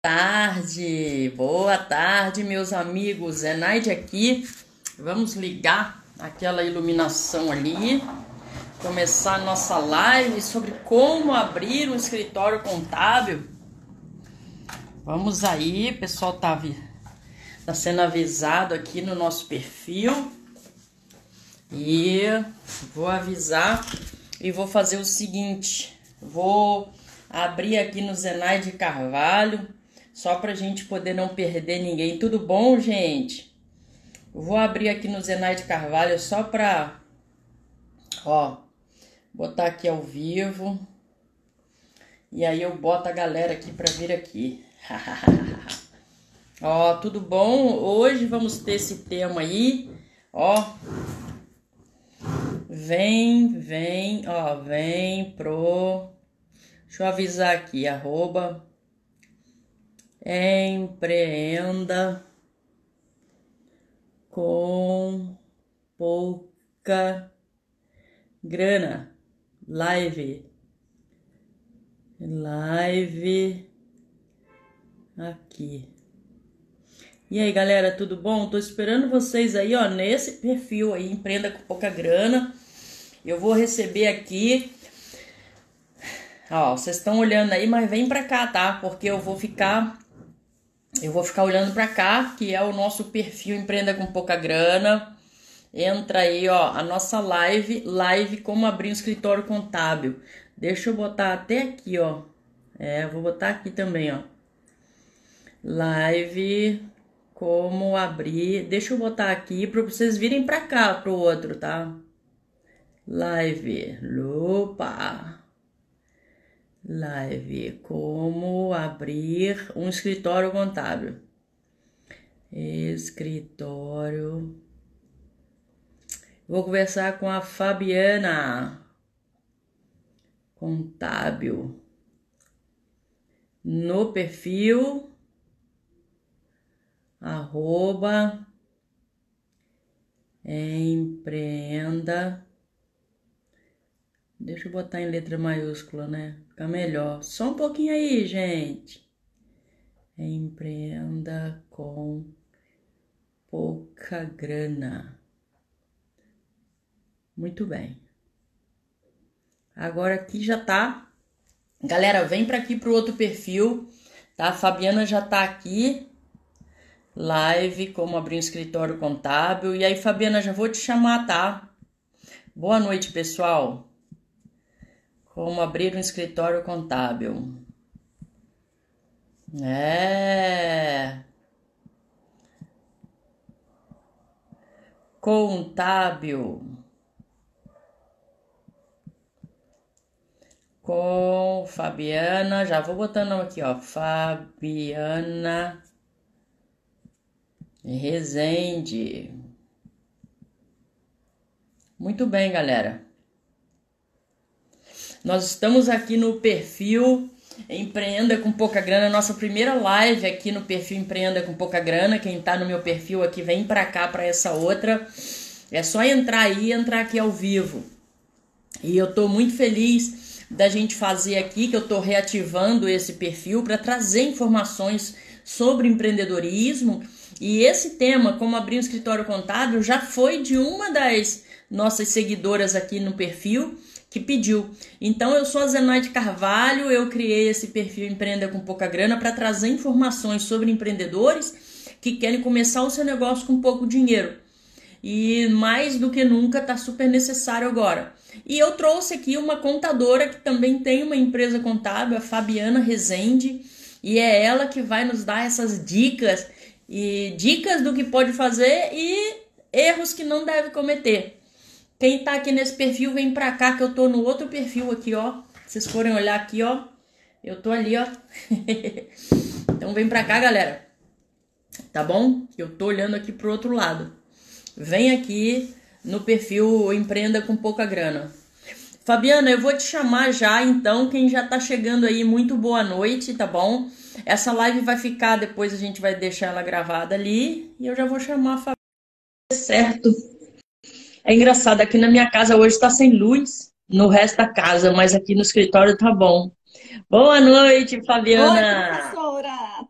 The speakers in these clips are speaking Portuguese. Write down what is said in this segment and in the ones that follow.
Boa tarde, meus amigos. Zenaide aqui. Vamos ligar aquela iluminação ali. Começar a nossa live sobre como abrir um escritório contábil. Vamos aí, pessoal tá sendo avisado aqui no nosso perfil. E vou avisar e vou fazer o seguinte. Vou abrir aqui no Zenaide Carvalho. Só pra gente poder não perder ninguém. Tudo bom, gente? Eu vou abrir aqui no Zenaide Carvalho só pra, botar aqui ao vivo. E aí eu boto a galera aqui pra vir aqui. Tudo bom? Hoje vamos ter esse tema aí. Vem pro... Deixa eu avisar aqui, @empreenda com pouca grana. Live aqui. E aí, galera, tudo bom? Tô esperando vocês aí, nesse perfil aí, Empreenda com Pouca Grana. Eu vou receber aqui... vocês estão olhando aí, mas vem pra cá, tá? Porque eu vou ficar olhando pra cá, que é o nosso perfil Empreenda com Pouca Grana. Entra aí, a nossa live como abrir um escritório contábil. Deixa eu botar até aqui, vou botar aqui também, live como abrir. Deixa eu botar aqui para vocês virem pra cá, pro outro, tá? Live como abrir um escritório contábil. Vou conversar com a Fabiana, contábil, no perfil @empreenda. Deixa eu botar em letra maiúscula, né? Fica melhor. Só um pouquinho aí, gente. Empreenda com pouca grana. Muito bem. Agora aqui já tá. Galera, vem para aqui pro outro perfil, tá? A Fabiana já tá aqui. Live como abrir um escritório contábil. E aí, Fabiana, já vou te chamar, tá? Boa noite, pessoal. Como abrir um escritório contábil. Contábil. Com Fabiana. Já vou botando aqui, Fabiana Rezende. Muito bem, galera. Nós estamos aqui no perfil Empreenda com Pouca Grana, nossa primeira live aqui no perfil Empreenda com Pouca Grana. Quem tá no meu perfil aqui, vem pra cá, pra essa outra. É só entrar aqui ao vivo. E eu tô muito feliz da gente fazer aqui, que eu tô reativando esse perfil para trazer informações sobre empreendedorismo. E esse tema, como abrir um escritório contábil, já foi de uma das nossas seguidoras aqui no perfil que pediu. Então eu sou a Zenaide Carvalho, eu criei esse perfil Empreenda com Pouca Grana para trazer informações sobre empreendedores que querem começar o seu negócio com pouco dinheiro. E mais do que nunca está super necessário agora. E eu trouxe aqui uma contadora que também tem uma empresa contábil, a Fabiana Rezende, e é ela que vai nos dar essas dicas do que pode fazer e erros que não deve cometer. Quem tá aqui nesse perfil, vem pra cá, que eu tô no outro perfil aqui, Se vocês forem olhar aqui, eu tô ali, Então vem pra cá, galera. Tá bom? Eu tô olhando aqui pro outro lado. Vem aqui no perfil Empreenda com Pouca Grana. Fabiana, eu vou te chamar já, então, quem já tá chegando aí, muito boa noite, tá bom? Essa live vai ficar, depois a gente vai deixar ela gravada ali, e eu já vou chamar a Fabiana. Certo. É engraçado, aqui na minha casa hoje tá sem luz, no resto da casa, mas aqui no escritório tá bom. Boa noite, Fabiana. Oi, professora.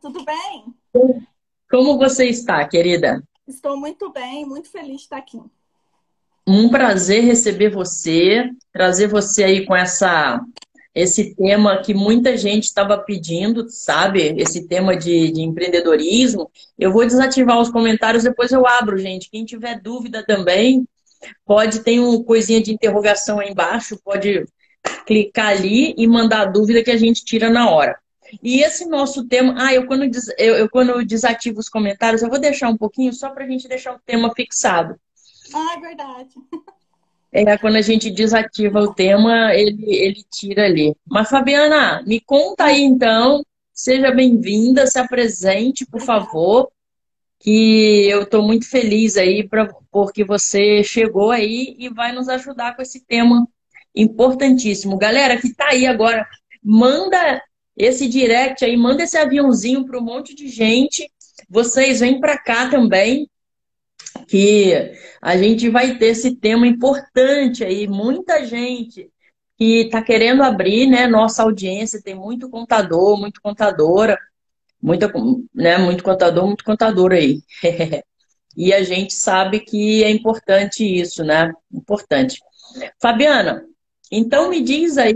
tudo bem? Como você está, querida? Estou muito bem, muito feliz de estar aqui. Um prazer receber você, trazer você aí com esse tema que muita gente estava pedindo, sabe? Esse tema de empreendedorismo. Eu vou desativar os comentários, depois eu abro, gente. Quem tiver dúvida também, tem um coisinha de interrogação aí embaixo, pode clicar ali e mandar a dúvida que a gente tira na hora. E esse nosso tema, quando desativo os comentários, eu vou deixar um pouquinho só para a gente deixar o tema fixado. Ah, é verdade. Quando a gente desativa o tema, ele tira ali. Mas, Fabiana, me conta Ah, aí então, seja bem-vinda, se apresente, por obrigada. favor, que eu estou muito feliz aí porque você chegou aí e vai nos ajudar com esse tema importantíssimo. Galera que está aí agora, manda esse direct aí, manda esse aviãozinho para um monte de gente. Vocês vêm para cá também, que a gente vai ter esse tema importante aí. Muita gente que está querendo abrir, né? Nossa audiência tem muito contador, muito contadora, muita, né? Muito contador, muito contador aí. E a gente sabe que é importante isso, né? Importante. Fabiana, então Oi, me diz aí,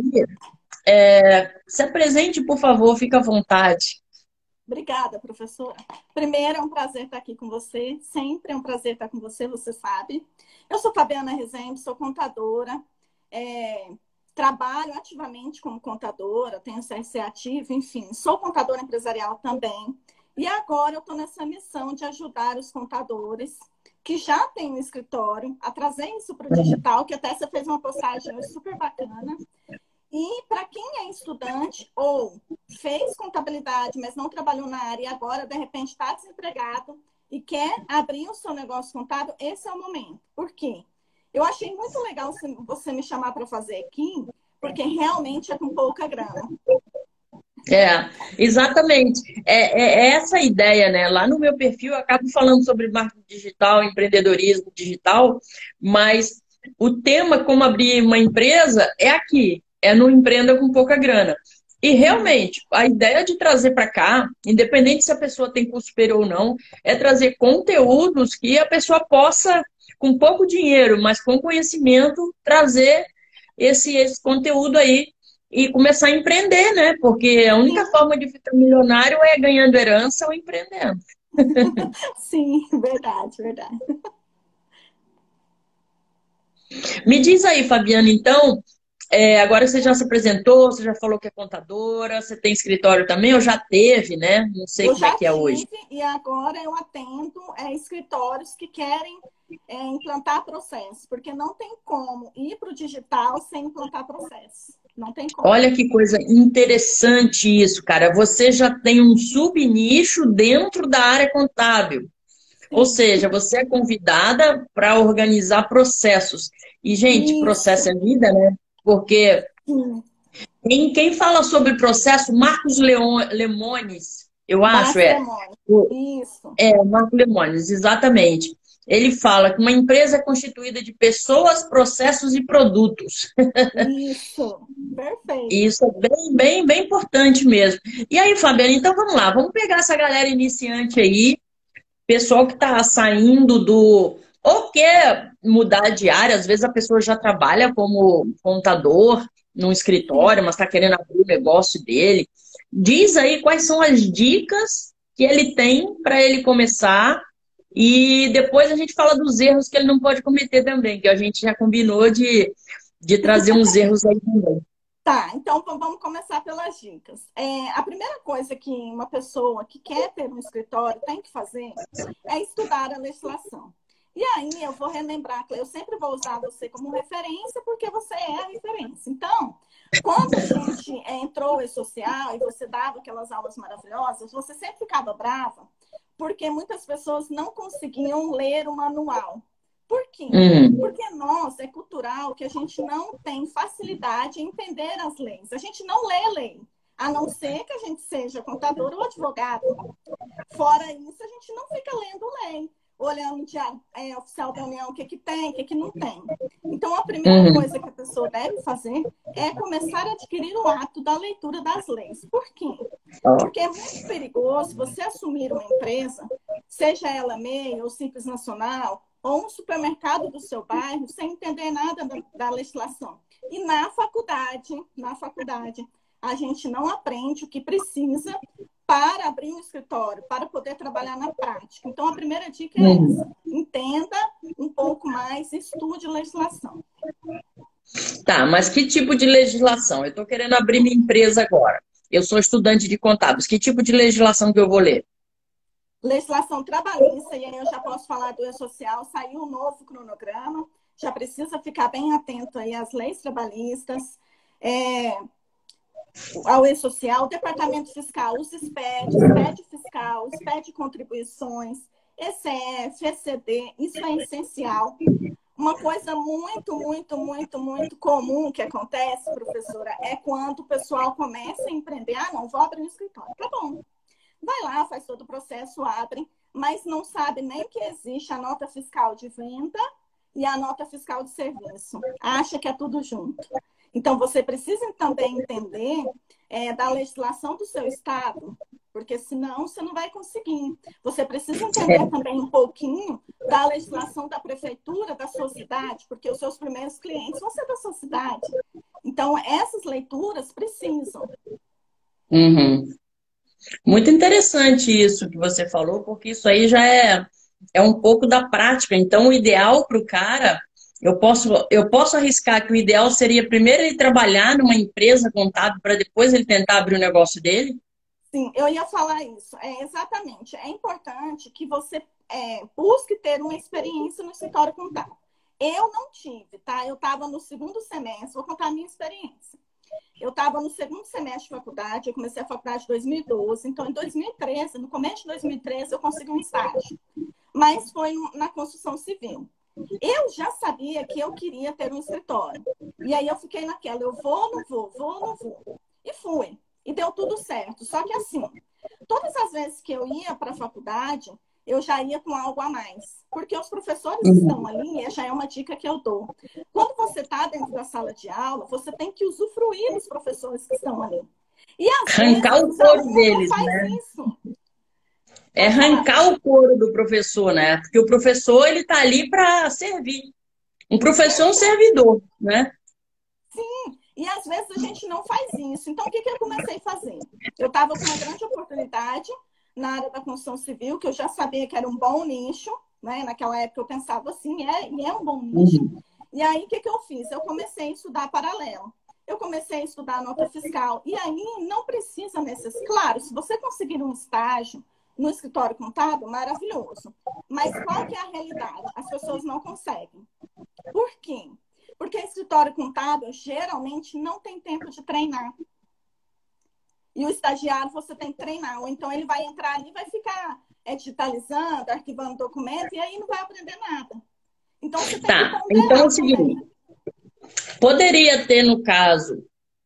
se apresente, por favor, fica à vontade. obrigada, professora. Primeiro, é um prazer estar aqui com você. Sempre é um prazer estar com você, você sabe. Eu sou Fabiana Rezende, sou contadora. é, Trabalho ativamente como contadora, tenho CRC ativo, enfim, sou contadora empresarial também. E agora eu estou nessa missão de ajudar os contadores que já têm um escritório a trazer isso para o digital, que até você fez uma postagem hoje super bacana. E para quem é estudante ou fez contabilidade, mas não trabalhou na área e agora, de repente, está desempregado e quer abrir o seu negócio contábil, esse é o momento. Por quê? Eu achei muito legal você me chamar para fazer aqui, porque realmente é com pouca grana. Exatamente. É essa a ideia, né? Lá no meu perfil eu acabo falando sobre marketing digital, empreendedorismo digital, mas o tema como abrir uma empresa é aqui, é no Empreenda com Pouca Grana. E Uhum. realmente, a ideia de trazer para cá, independente se a pessoa tem curso superior ou não, é trazer conteúdos que a pessoa possa, com pouco dinheiro, mas com conhecimento, trazer esse conteúdo aí e começar a empreender, né? Porque a única Sim, forma de ficar milionário é ganhando herança ou empreendendo. sim, verdade, verdade. Me diz aí, Fabiana, então, agora você já se apresentou, você já falou que é contadora, você tem escritório também, ou já teve, né? Não sei Eu como é já que é hoje. tive e agora eu atendo escritórios que querem implantar processos, porque não tem como ir para o digital sem implantar processos. Não tem como. Olha que coisa interessante isso, cara. Você já tem um subnicho dentro da área contábil. Ou Sim, seja, você é convidada para organizar processos. E, gente, processo isso. é vida, né? Porque Sim. quem fala sobre processo, Marcos Lemones, eu acho, Marcos Lemoyne. Isso. o Marcos Lemones, exatamente. Ele fala que uma empresa é constituída de pessoas, processos e produtos. Isso. E Perfeito. isso é bem importante mesmo. E aí, Fabiana, então vamos lá, vamos pegar essa galera iniciante aí, pessoal que está saindo do. Ou quer mudar de área, às vezes a pessoa já trabalha como contador num escritório, Sim. mas está querendo abrir o negócio dele. Diz aí quais são as dicas que ele tem para ele começar. E depois a gente fala dos erros que ele não pode cometer também, que a gente já combinou de trazer uns erros aí também. Tá, então vamos começar pelas dicas. A primeira coisa que uma pessoa que quer ter um escritório tem que fazer é estudar a legislação. E aí eu vou relembrar, eu sempre vou usar você como referência, porque você é a referência. Então, quando a gente entrou em social e você dava aquelas aulas maravilhosas, você sempre ficava brava, porque muitas pessoas não conseguiam ler o manual. Por quê? Uhum. Porque nós, é cultural que a gente não tem facilidade em entender as leis. A gente não lê lei, a não ser que a gente seja contador ou advogado. Fora isso, a gente não fica lendo lei, olhando o diário oficial da União, o que, que tem, o que, que não tem. Então, a primeira Uhum. coisa que a pessoa deve fazer é começar a adquirir o ato da leitura das leis. Por quê? Ó. Porque é muito perigoso você assumir uma empresa, seja ela MEI ou Simples Nacional, ou um supermercado do seu bairro, sem entender nada da legislação. E na faculdade, a gente não aprende o que precisa para abrir um escritório, para poder trabalhar na prática. Então, a primeira dica é essa. Entenda um pouco mais, estude legislação. Tá, mas que tipo de legislação? Eu estou querendo abrir minha empresa agora. Eu sou estudante de contábeis. Que tipo de legislação que eu vou ler? Legislação trabalhista, e aí eu já posso falar do E-Social, saiu um novo cronograma, já precisa ficar bem atento aí às leis trabalhistas, ao E-Social, Departamento Fiscal, os SPED fiscal, SPED contribuições, ECF, ECD, isso é essencial. Uma coisa muito, muito, muito, muito comum que acontece, professora, é quando o pessoal começa a empreender, não, vou abrir um escritório, tá bom. Vai lá, faz todo o processo, abre, mas não sabe nem que existe a nota fiscal de venda e a nota fiscal de serviço. Acha que é tudo junto. Então, você precisa também entender da legislação do seu estado, porque senão você não vai conseguir. Você precisa entender também um pouquinho da legislação da prefeitura, da sua cidade, porque os seus primeiros clientes vão ser da sua cidade. Então, essas leituras precisam. Uhum. Muito interessante isso que você falou, porque isso aí já é um pouco da prática. Então, o ideal para o cara, eu posso arriscar que o ideal seria primeiro ele trabalhar numa empresa contábil para depois ele tentar abrir o negócio dele? Sim, eu ia falar isso. Exatamente. É importante que você busque ter uma experiência no escritório contábil. Eu não tive, tá? Eu estava no segundo semestre, vou contar a minha experiência. Eu estava no segundo semestre de faculdade, eu comecei a faculdade em 2012, então em 2013, no começo de 2013, eu consegui um estágio, mas foi na construção civil. Eu já sabia que eu queria ter um escritório. E aí eu fiquei naquela, eu vou, não vou, vou, não vou. E fui. E deu tudo certo. Só que assim, todas as vezes que eu ia para a faculdade, eu já ia com algo a mais. Porque os professores estão ali, e já é uma dica que eu dou. Quando você está dentro da sala de aula, você tem que usufruir dos professores que estão ali. E às Arrancar vezes o os couro alunos não deles, fazem né? isso. É Pode falar. arrancar o couro do professor, né? Porque o professor, ele tá ali para servir. Um professor é um Perfeito. servidor, né? E às vezes a gente não faz isso. Então, o que eu comecei a fazer? Eu estava com uma grande oportunidade na área da construção civil, que eu já sabia que era um bom nicho, né? Naquela época eu pensava assim, e é um bom nicho. E aí, o que eu fiz? Eu comecei a estudar paralelo. Eu comecei a estudar a nota fiscal. E aí, não precisa necessariamente. Claro, se você conseguir um estágio no escritório contábil, maravilhoso. Mas qual que é a realidade? As pessoas não conseguem. Por quê? Porque escritório contábil geralmente não tem tempo de treinar. E o estagiário você tem que treinar. Ou então ele vai entrar ali e vai ficar digitalizando, arquivando documento, e aí não vai aprender nada. Então você tem que Tá, então é o ponderar seguinte, também. poderia ter no caso,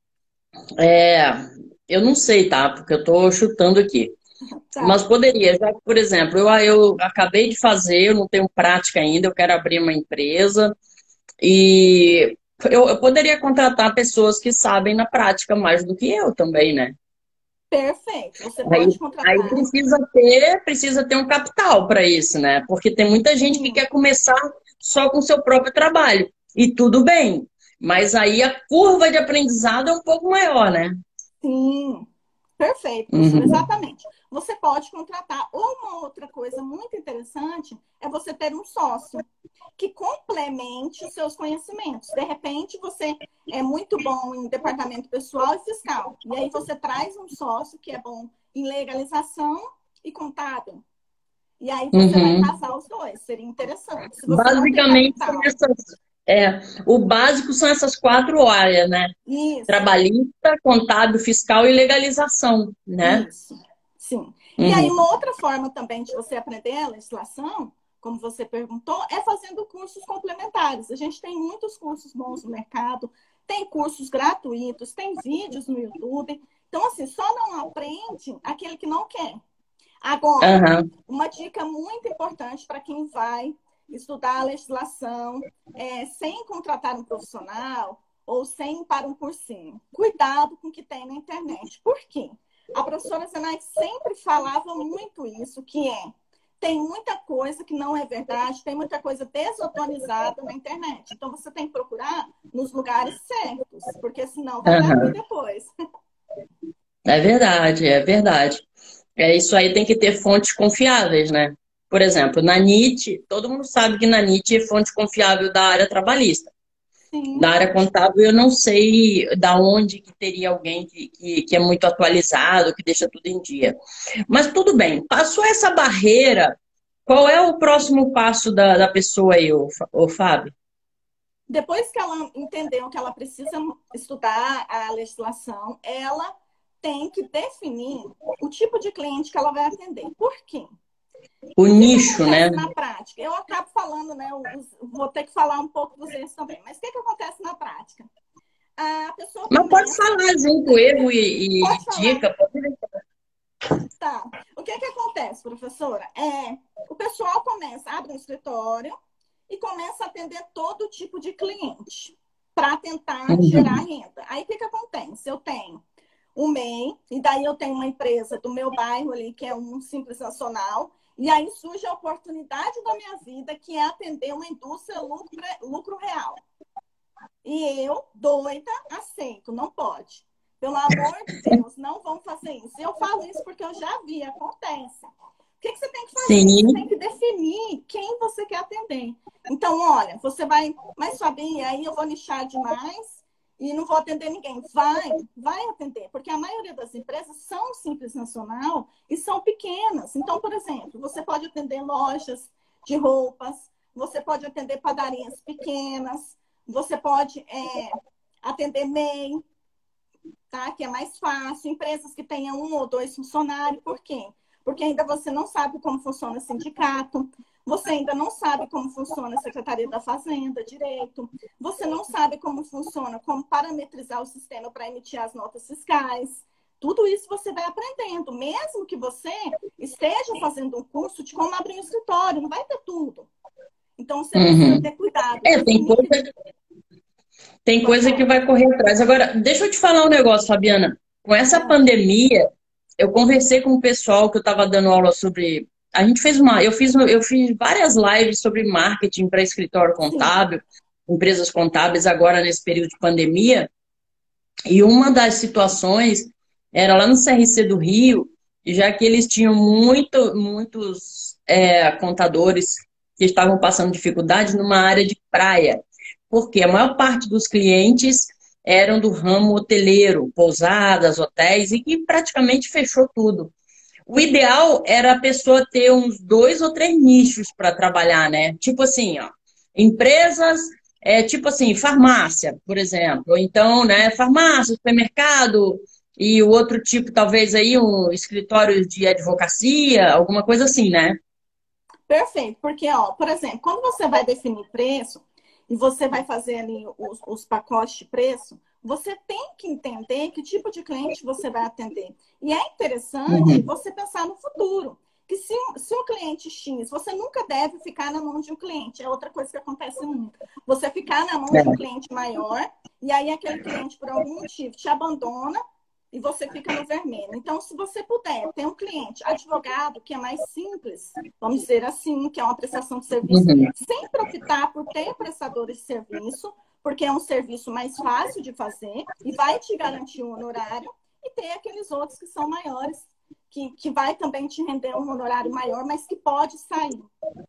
eu não sei, tá? Porque eu tô chutando aqui. Tá, Mas poderia, já que, por exemplo, eu acabei de fazer, eu não tenho prática ainda, eu quero abrir uma empresa e eu poderia contratar pessoas que sabem na prática mais do que eu também, né? perfeito. Você Aí, pode aí contratar. precisa ter um capital para isso, né? Porque tem muita gente que Sim, quer começar só com o seu próprio trabalho. E tudo bem. Mas aí a curva de aprendizado é um pouco maior, né? sim. Perfeito, professor, Uhum. exatamente. Você pode contratar. Ou uma outra coisa muito interessante é você ter um sócio que complemente os seus conhecimentos. De repente, você é muito bom em departamento pessoal e fiscal. E aí você traz um sócio que é bom em legalização e contábil. E aí você vai Uhum. casar os dois. Seria interessante. Se você não tem Basicamente, capital. o básico são essas quatro áreas, né? Isso. Trabalhista, contábil, fiscal e legalização, né? Isso, sim. E aí, Uhum. uma outra forma também de você aprender a legislação, como você perguntou, é fazendo cursos complementares. A gente tem muitos cursos bons no mercado, tem cursos gratuitos, tem vídeos no YouTube. Então, assim, só não aprende aquele que não quer. Agora, Aham. uma dica muito importante para quem vai estudar a legislação sem contratar um profissional ou sem ir para um cursinho. Cuidado com o que tem na internet. Por quê? A professora Zenaide sempre falava muito isso, que tem muita coisa que não é verdade, tem muita coisa desautorizada na internet. Então, você tem que procurar nos lugares certos, porque senão vai dar ruim Aham. depois. É verdade, é verdade. É, isso aí tem que ter fontes confiáveis, né? Por exemplo, na NIT, todo mundo sabe que na NIT é fonte confiável da área trabalhista. Da Sim. área contábil, eu não sei da onde que teria alguém que é muito atualizado, que deixa tudo em dia. Mas tudo bem, passou essa barreira, qual é o próximo passo da pessoa aí, ô Fábio? Depois que ela entendeu que ela precisa estudar a legislação, ela tem que definir o tipo de cliente que ela vai atender. Por quê? O O que nicho, né? acontece na prática? Eu acabo falando, né? Vou ter que falar um pouco dos erros também. Mas o que acontece na prática? A pessoa Mas pode começa. falar junto, erro e Pode falar. dica. Tá. O que acontece, professora? O pessoal começa, abre um escritório e começa a atender todo tipo de cliente para tentar gerar Uhum. renda. Aí o que acontece? Eu tenho um MEI, e daí eu tenho uma empresa do meu bairro ali, que é um Simples Nacional, e aí surge a oportunidade da minha vida, que é atender uma indústria lucro real. E eu, doida, aceito, não pode. Pelo amor de Deus, não vamos fazer isso. Eu falo isso porque eu já vi, acontece. O que você tem que fazer? Você tem Sim, que definir quem você quer atender. Então, olha, você vai, mas Fabinho, aí eu vou nichar demais e não vou atender ninguém. Vai atender, porque a maioria das empresas são Simples Nacional e são pequenas. Então, por exemplo, você pode atender lojas de roupas, você pode atender padarias pequenas, você pode atender MEI, tá? Que é mais fácil. Empresas que tenham 1 ou 2 funcionários. Por quê? Porque ainda você não sabe como funciona o sindicato, você ainda não sabe como funciona a Secretaria da Fazenda direito, você não sabe como funciona, como parametrizar o sistema para emitir as notas fiscais. Tudo isso você vai aprendendo, mesmo que você esteja fazendo um curso de como abrir um escritório, não vai ter tudo. Então, você precisa uhum. ter cuidado, É, definir que... tem Pode coisa que falar. vai correr atrás. Agora, deixa eu te falar um negócio, Fabiana. Com essa Ah, pandemia, eu conversei com o pessoal que eu estava dando aula sobre. A gente fez eu fiz várias lives sobre marketing para escritório sim, contábil, empresas contábeis agora nesse período de pandemia. E uma das situações era lá no CRC do Rio, já que eles tinham muitos contadores que estavam passando dificuldade numa área de praia, porque a maior parte dos clientes eram do ramo hoteleiro, pousadas, hotéis, e que praticamente fechou tudo. O ideal era a pessoa ter uns 2 ou 3 nichos para trabalhar, né? Tipo assim, ó, empresas, tipo assim, farmácia, por exemplo, ou então, né, farmácia, supermercado, e o outro tipo, talvez aí, um escritório de advocacia, alguma coisa assim, né? perfeito. Porque, ó, por exemplo, quando você vai definir preço e você vai fazer ali os pacotes de preço, você tem que entender que tipo de cliente você vai atender. E é interessante Uhum. você pensar no futuro. Que se um cliente X, você nunca deve ficar na mão de um cliente. É outra coisa que acontece muito. Você ficar na mão de um É. cliente maior, e aí aquele cliente, por algum motivo, te abandona e você fica no vermelho. Então, se você puder ter um cliente advogado, que é mais simples, vamos dizer assim, que é uma prestação de serviço, Uhum. sempre optar por ter prestadores de serviço, porque é um serviço mais fácil de fazer e vai te garantir um honorário, e ter aqueles outros que são maiores, que vai também te render um honorário maior, mas que pode sair.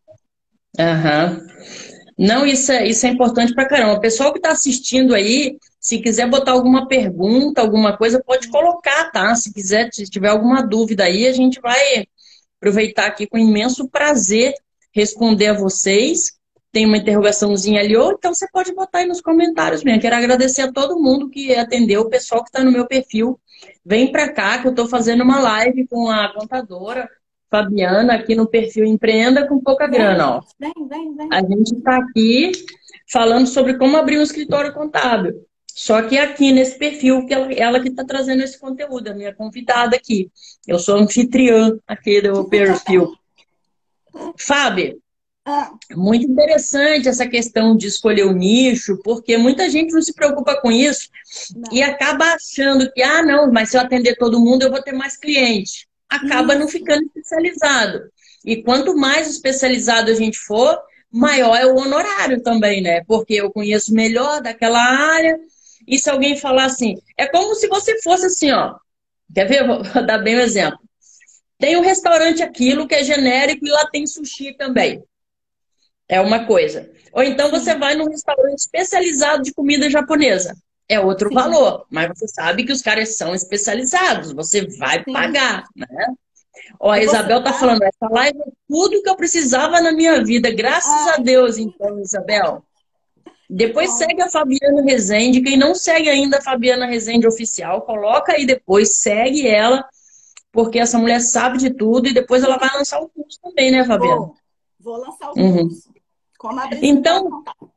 Aham. Não, isso é importante pra caramba. O pessoal que está assistindo aí, se quiser botar alguma pergunta, alguma coisa, pode colocar, tá? Se quiser, se tiver alguma dúvida aí, a gente vai aproveitar aqui com imenso prazer responder a vocês. Tem uma interrogaçãozinha ali, ou então você pode botar aí nos comentários mesmo. Quero agradecer a todo mundo que atendeu, o pessoal que está no meu perfil. Vem para cá que eu estou fazendo uma live com a contadora Fabiana aqui no perfil Empreenda com Pouca Vem, Grana, ó. gente, vem. A gente está aqui falando sobre como abrir um escritório contábil. Só que aqui nesse perfil, que ela que está trazendo esse conteúdo, a minha convidada aqui. Eu sou anfitriã aqui do perfil. Fábio, Ah, Muito interessante essa questão de escolher o nicho, porque muita gente não se preocupa com isso e não. acaba achando que, ah, não, mas se eu atender todo mundo, eu vou ter mais cliente. Acaba não Isso, ficando especializado. E quanto mais especializado a gente for, maior é o honorário também, né? Porque eu conheço melhor daquela área. E se alguém falar assim, é como se você fosse assim, ó. Quer ver? Vou dar bem um exemplo. Tem um restaurante aquilo que é genérico e lá tem sushi também. É uma coisa. Ou então você sim, vai num restaurante especializado de comida japonesa. É outro sim, valor, mas você sabe que os caras são especializados, você vai sim. pagar, né? Ó, a E você Isabel tá sabe? falando, essa live é tudo que eu precisava na minha vida. Graças a Ai, Deus, querida, então, Isabel. que Depois bom. segue a Fabiana Rezende. Quem não segue ainda a Fabiana Rezende oficial, coloca aí depois, segue ela, porque essa mulher sabe de tudo e depois ela vai lançar o curso também, né, Fabiana? Vou lançar o Uhum. curso. Como abrir escritório Então, contábil.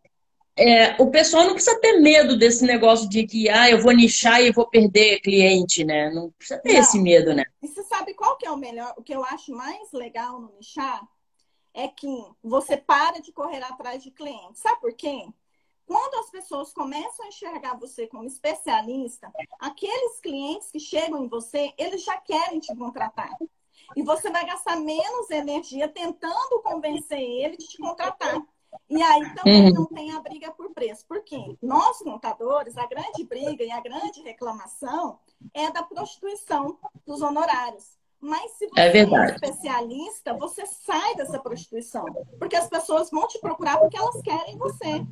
o pessoal não precisa ter medo desse negócio de que, eu vou nichar e vou perder cliente, né? Não precisa ter esse Não. medo, né? E você sabe qual que é o melhor? O que eu acho mais legal no nichar é que você para de correr atrás de clientes. Sabe por quê? Quando as pessoas começam a enxergar você como especialista, aqueles clientes que chegam em você, eles já querem te contratar. E você vai gastar menos energia tentando convencer ele de te contratar. E aí também Uhum. não tem a briga por preço. Por quê? Nós, contadores, a grande briga e a grande reclamação é da prostituição dos honorários. Mas se É você é verdade. especialista, você sai dessa prostituição. Porque as pessoas vão te procurar porque elas querem você.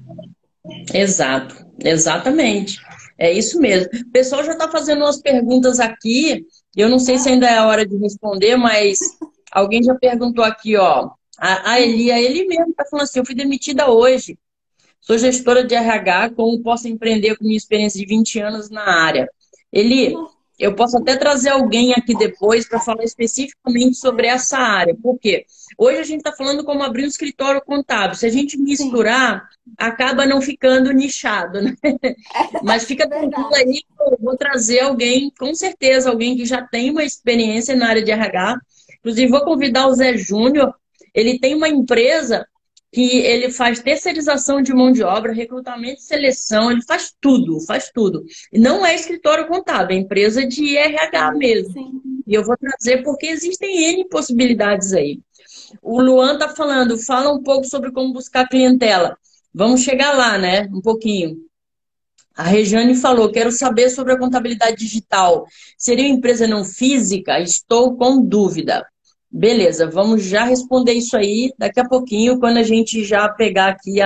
Exato, exatamente. É isso mesmo. O pessoal já está fazendo umas perguntas aqui. Eu não sei se Ah, ainda é a hora de responder, mas alguém já perguntou aqui, ó. A Eli mesmo está falando assim: eu fui demitida hoje. Sou gestora de RH, como posso empreender com minha experiência de 20 anos na área? Eli, não. eu posso até trazer alguém aqui depois para falar especificamente sobre É, essa área. Por quê? Hoje a gente está falando como abrir um escritório contábil. Se a gente sim, misturar, acaba não ficando nichado, né? Mas fica tranquilo verdade. aí, eu vou trazer alguém, com certeza, alguém que já tem uma experiência na área de RH. Inclusive, vou convidar o Zé Júnior. Ele tem uma empresa que ele faz terceirização de mão de obra, recrutamento e seleção, ele faz tudo, faz tudo. E não é escritório contábil, é empresa de RH Sim, mesmo. sim. E eu vou trazer porque existem N possibilidades aí. O Luan tá falando, fala um pouco sobre como buscar clientela. Vamos chegar lá, né? Um pouquinho. A Rejane falou, quero saber sobre a contabilidade digital. Seria uma empresa não física? Estou com dúvida. Beleza, vamos já responder isso aí daqui a pouquinho, quando a gente já pegar aqui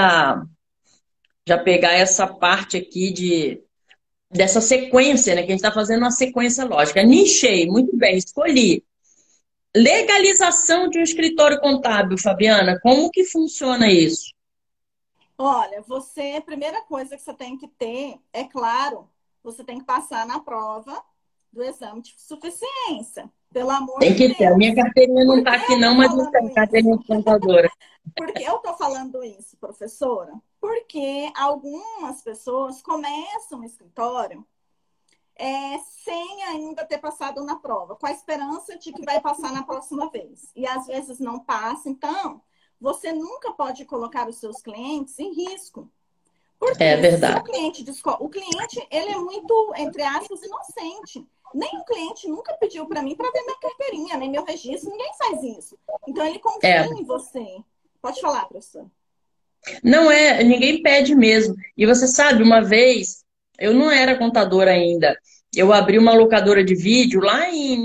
já pegar essa parte aqui dessa sequência, né? Que a gente está fazendo uma sequência lógica. Nichei, muito bem, escolhi. Legalização de um escritório contábil, Fabiana, como que funciona isso? Olha, você, a primeira coisa que você tem que ter, é claro, você tem que passar na prova do exame de suficiência. Pelo amor Tem de que ter. A minha Deus. carteirinha não Por está que aqui eu não, tô mas eu falando tenho carteirinha isso? de contadora. Por que eu tô falando isso, professora? Porque algumas pessoas começam o escritório sem ainda ter passado na prova, com a esperança de que vai passar na próxima vez. E às vezes não passa. Então, você nunca pode colocar os seus clientes em risco. É Porque se o verdade. cliente descobre, o cliente ele é muito, entre aspas, inocente. Nem o cliente nunca pediu para mim para ver minha carteirinha, nem meu registro, ninguém faz isso. Então ele confia É. em você. Pode falar, professor. Não é, ninguém pede mesmo. E você sabe, uma vez, eu não era contadora ainda. Eu abri uma locadora de vídeo lá em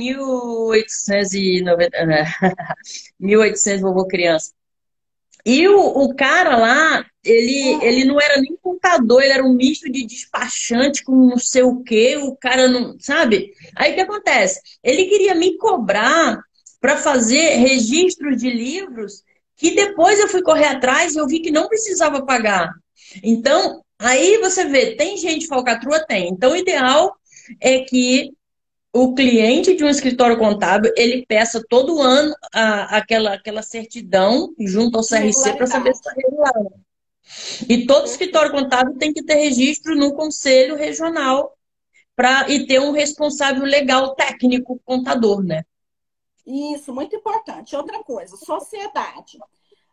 1890, né? 1800, vovô criança. E o cara lá, ele Ah, não era nem contador, ele era um misto de despachante com não sei o quê, o cara não, sabe? Aí o que acontece? Ele queria me cobrar para fazer registros de livros que depois eu fui correr atrás e eu vi que não precisava pagar. Então, aí você vê, tem gente falcatrua? Tem. Então, o ideal é que o cliente de um escritório contábil, ele peça todo ano aquela certidão junto ao de CRC para saber se está regularidade. regular. E todo escritório Perfeito. contábil tem que ter registro no Conselho Regional e ter um responsável legal técnico contador, né? Isso, muito importante. Outra coisa, sociedade.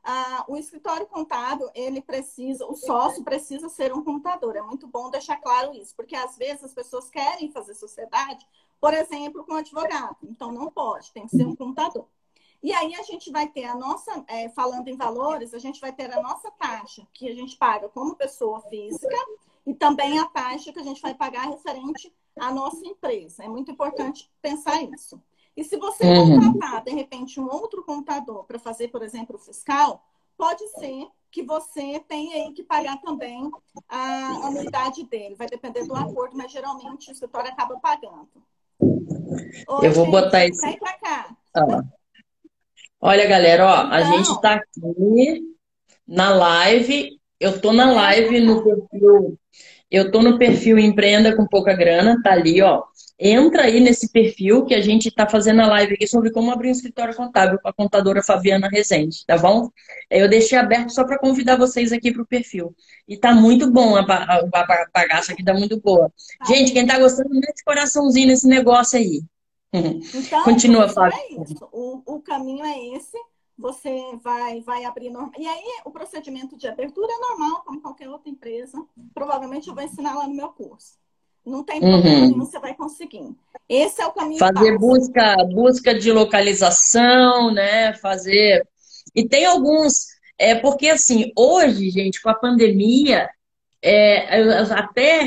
O escritório contábil, ele precisa, o sócio precisa ser um contador. É muito bom deixar claro isso, porque às vezes as pessoas querem fazer sociedade, por exemplo, com advogado. Então não pode, tem que ser um contador. E aí a gente vai ter a nossa, falando em valores, a gente vai ter a nossa taxa, que a gente paga como pessoa física, e também a taxa que a gente vai pagar referente à nossa empresa. É muito importante pensar isso. E se você contratar, de repente, um outro contador para fazer, por exemplo, o fiscal, pode ser que você tenha aí que pagar também a anuidade dele. Vai depender do acordo, mas geralmente o escritório acaba pagando. Eu vou botar isso. Vem para cá. Olha, galera, ó, então, a gente tá aqui na live. Eu tô na live no perfil. Eu tô no perfil Empreenda com Pouca Grana, tá ali, ó. Entra aí nesse perfil que a gente tá fazendo a live aqui sobre como abrir um escritório contábil com a contadora Fabiana Rezende, tá bom? Eu deixei aberto só para convidar vocês aqui pro perfil. E tá muito bom, a bagaça aqui tá muito boa. Gente, quem tá gostando, mete coraçãozinho nesse negócio aí. Então, Continua, Fábio. É isso. O caminho é esse. Você vai abrir normal. E aí, o procedimento de abertura é normal, como qualquer outra empresa. Provavelmente eu vou ensinar lá no meu curso. Não tem problema nenhum, você vai conseguir. Esse é o caminho fazer básico. busca de localização, né? Fazer. E tem alguns. Porque, assim, hoje, gente, com a pandemia, eu até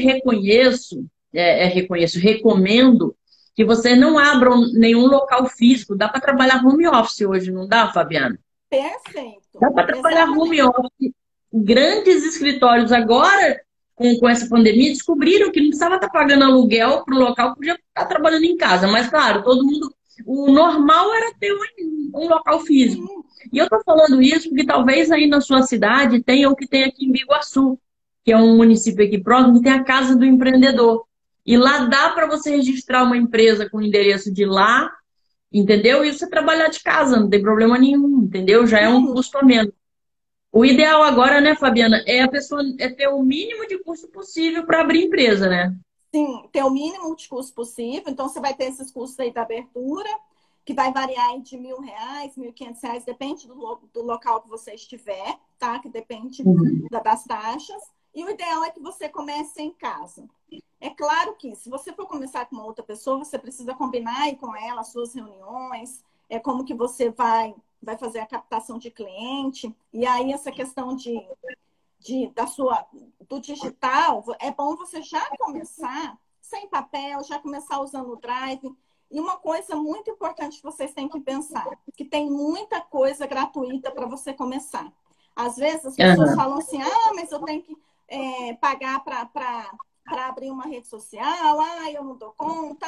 recomendo que vocês não abram nenhum local físico. Dá para trabalhar home office hoje, não dá, Fabiana? Perfeito. Dá para trabalhar home office. Grandes escritórios agora, com essa pandemia, descobriram que não precisava estar pagando aluguel para o local, podia estar trabalhando em casa. Mas, claro, todo mundo. O normal era ter um local físico. E eu estou falando isso porque talvez aí na sua cidade tenha o que tem aqui em Biguaçu, que é um município aqui próximo, que tem a Casa do Empreendedor. E lá dá para você registrar uma empresa com o endereço de lá, entendeu? E você trabalhar de casa, não tem problema nenhum, entendeu? Já é um custo a menos. O ideal agora, né, Fabiana, é a pessoa ter o mínimo de custo possível para abrir empresa, né? Sim, ter o mínimo de custo possível. Então, você vai ter esses custos aí da abertura, que vai variar de R$1.000, R$1.500, depende do local que você estiver, tá? Que depende das taxas. E o ideal é que você comece em casa. É claro que, se você for começar com uma outra pessoa, você precisa combinar aí com ela as suas reuniões, como que você vai fazer a captação de cliente. E aí, essa questão do digital, é bom você já começar sem papel, já começar usando o Drive. E uma coisa muito importante que vocês têm que pensar, que tem muita coisa gratuita para você começar. Às vezes as pessoas falam assim, mas eu tenho que pagar para abrir uma rede social, eu não dou conta.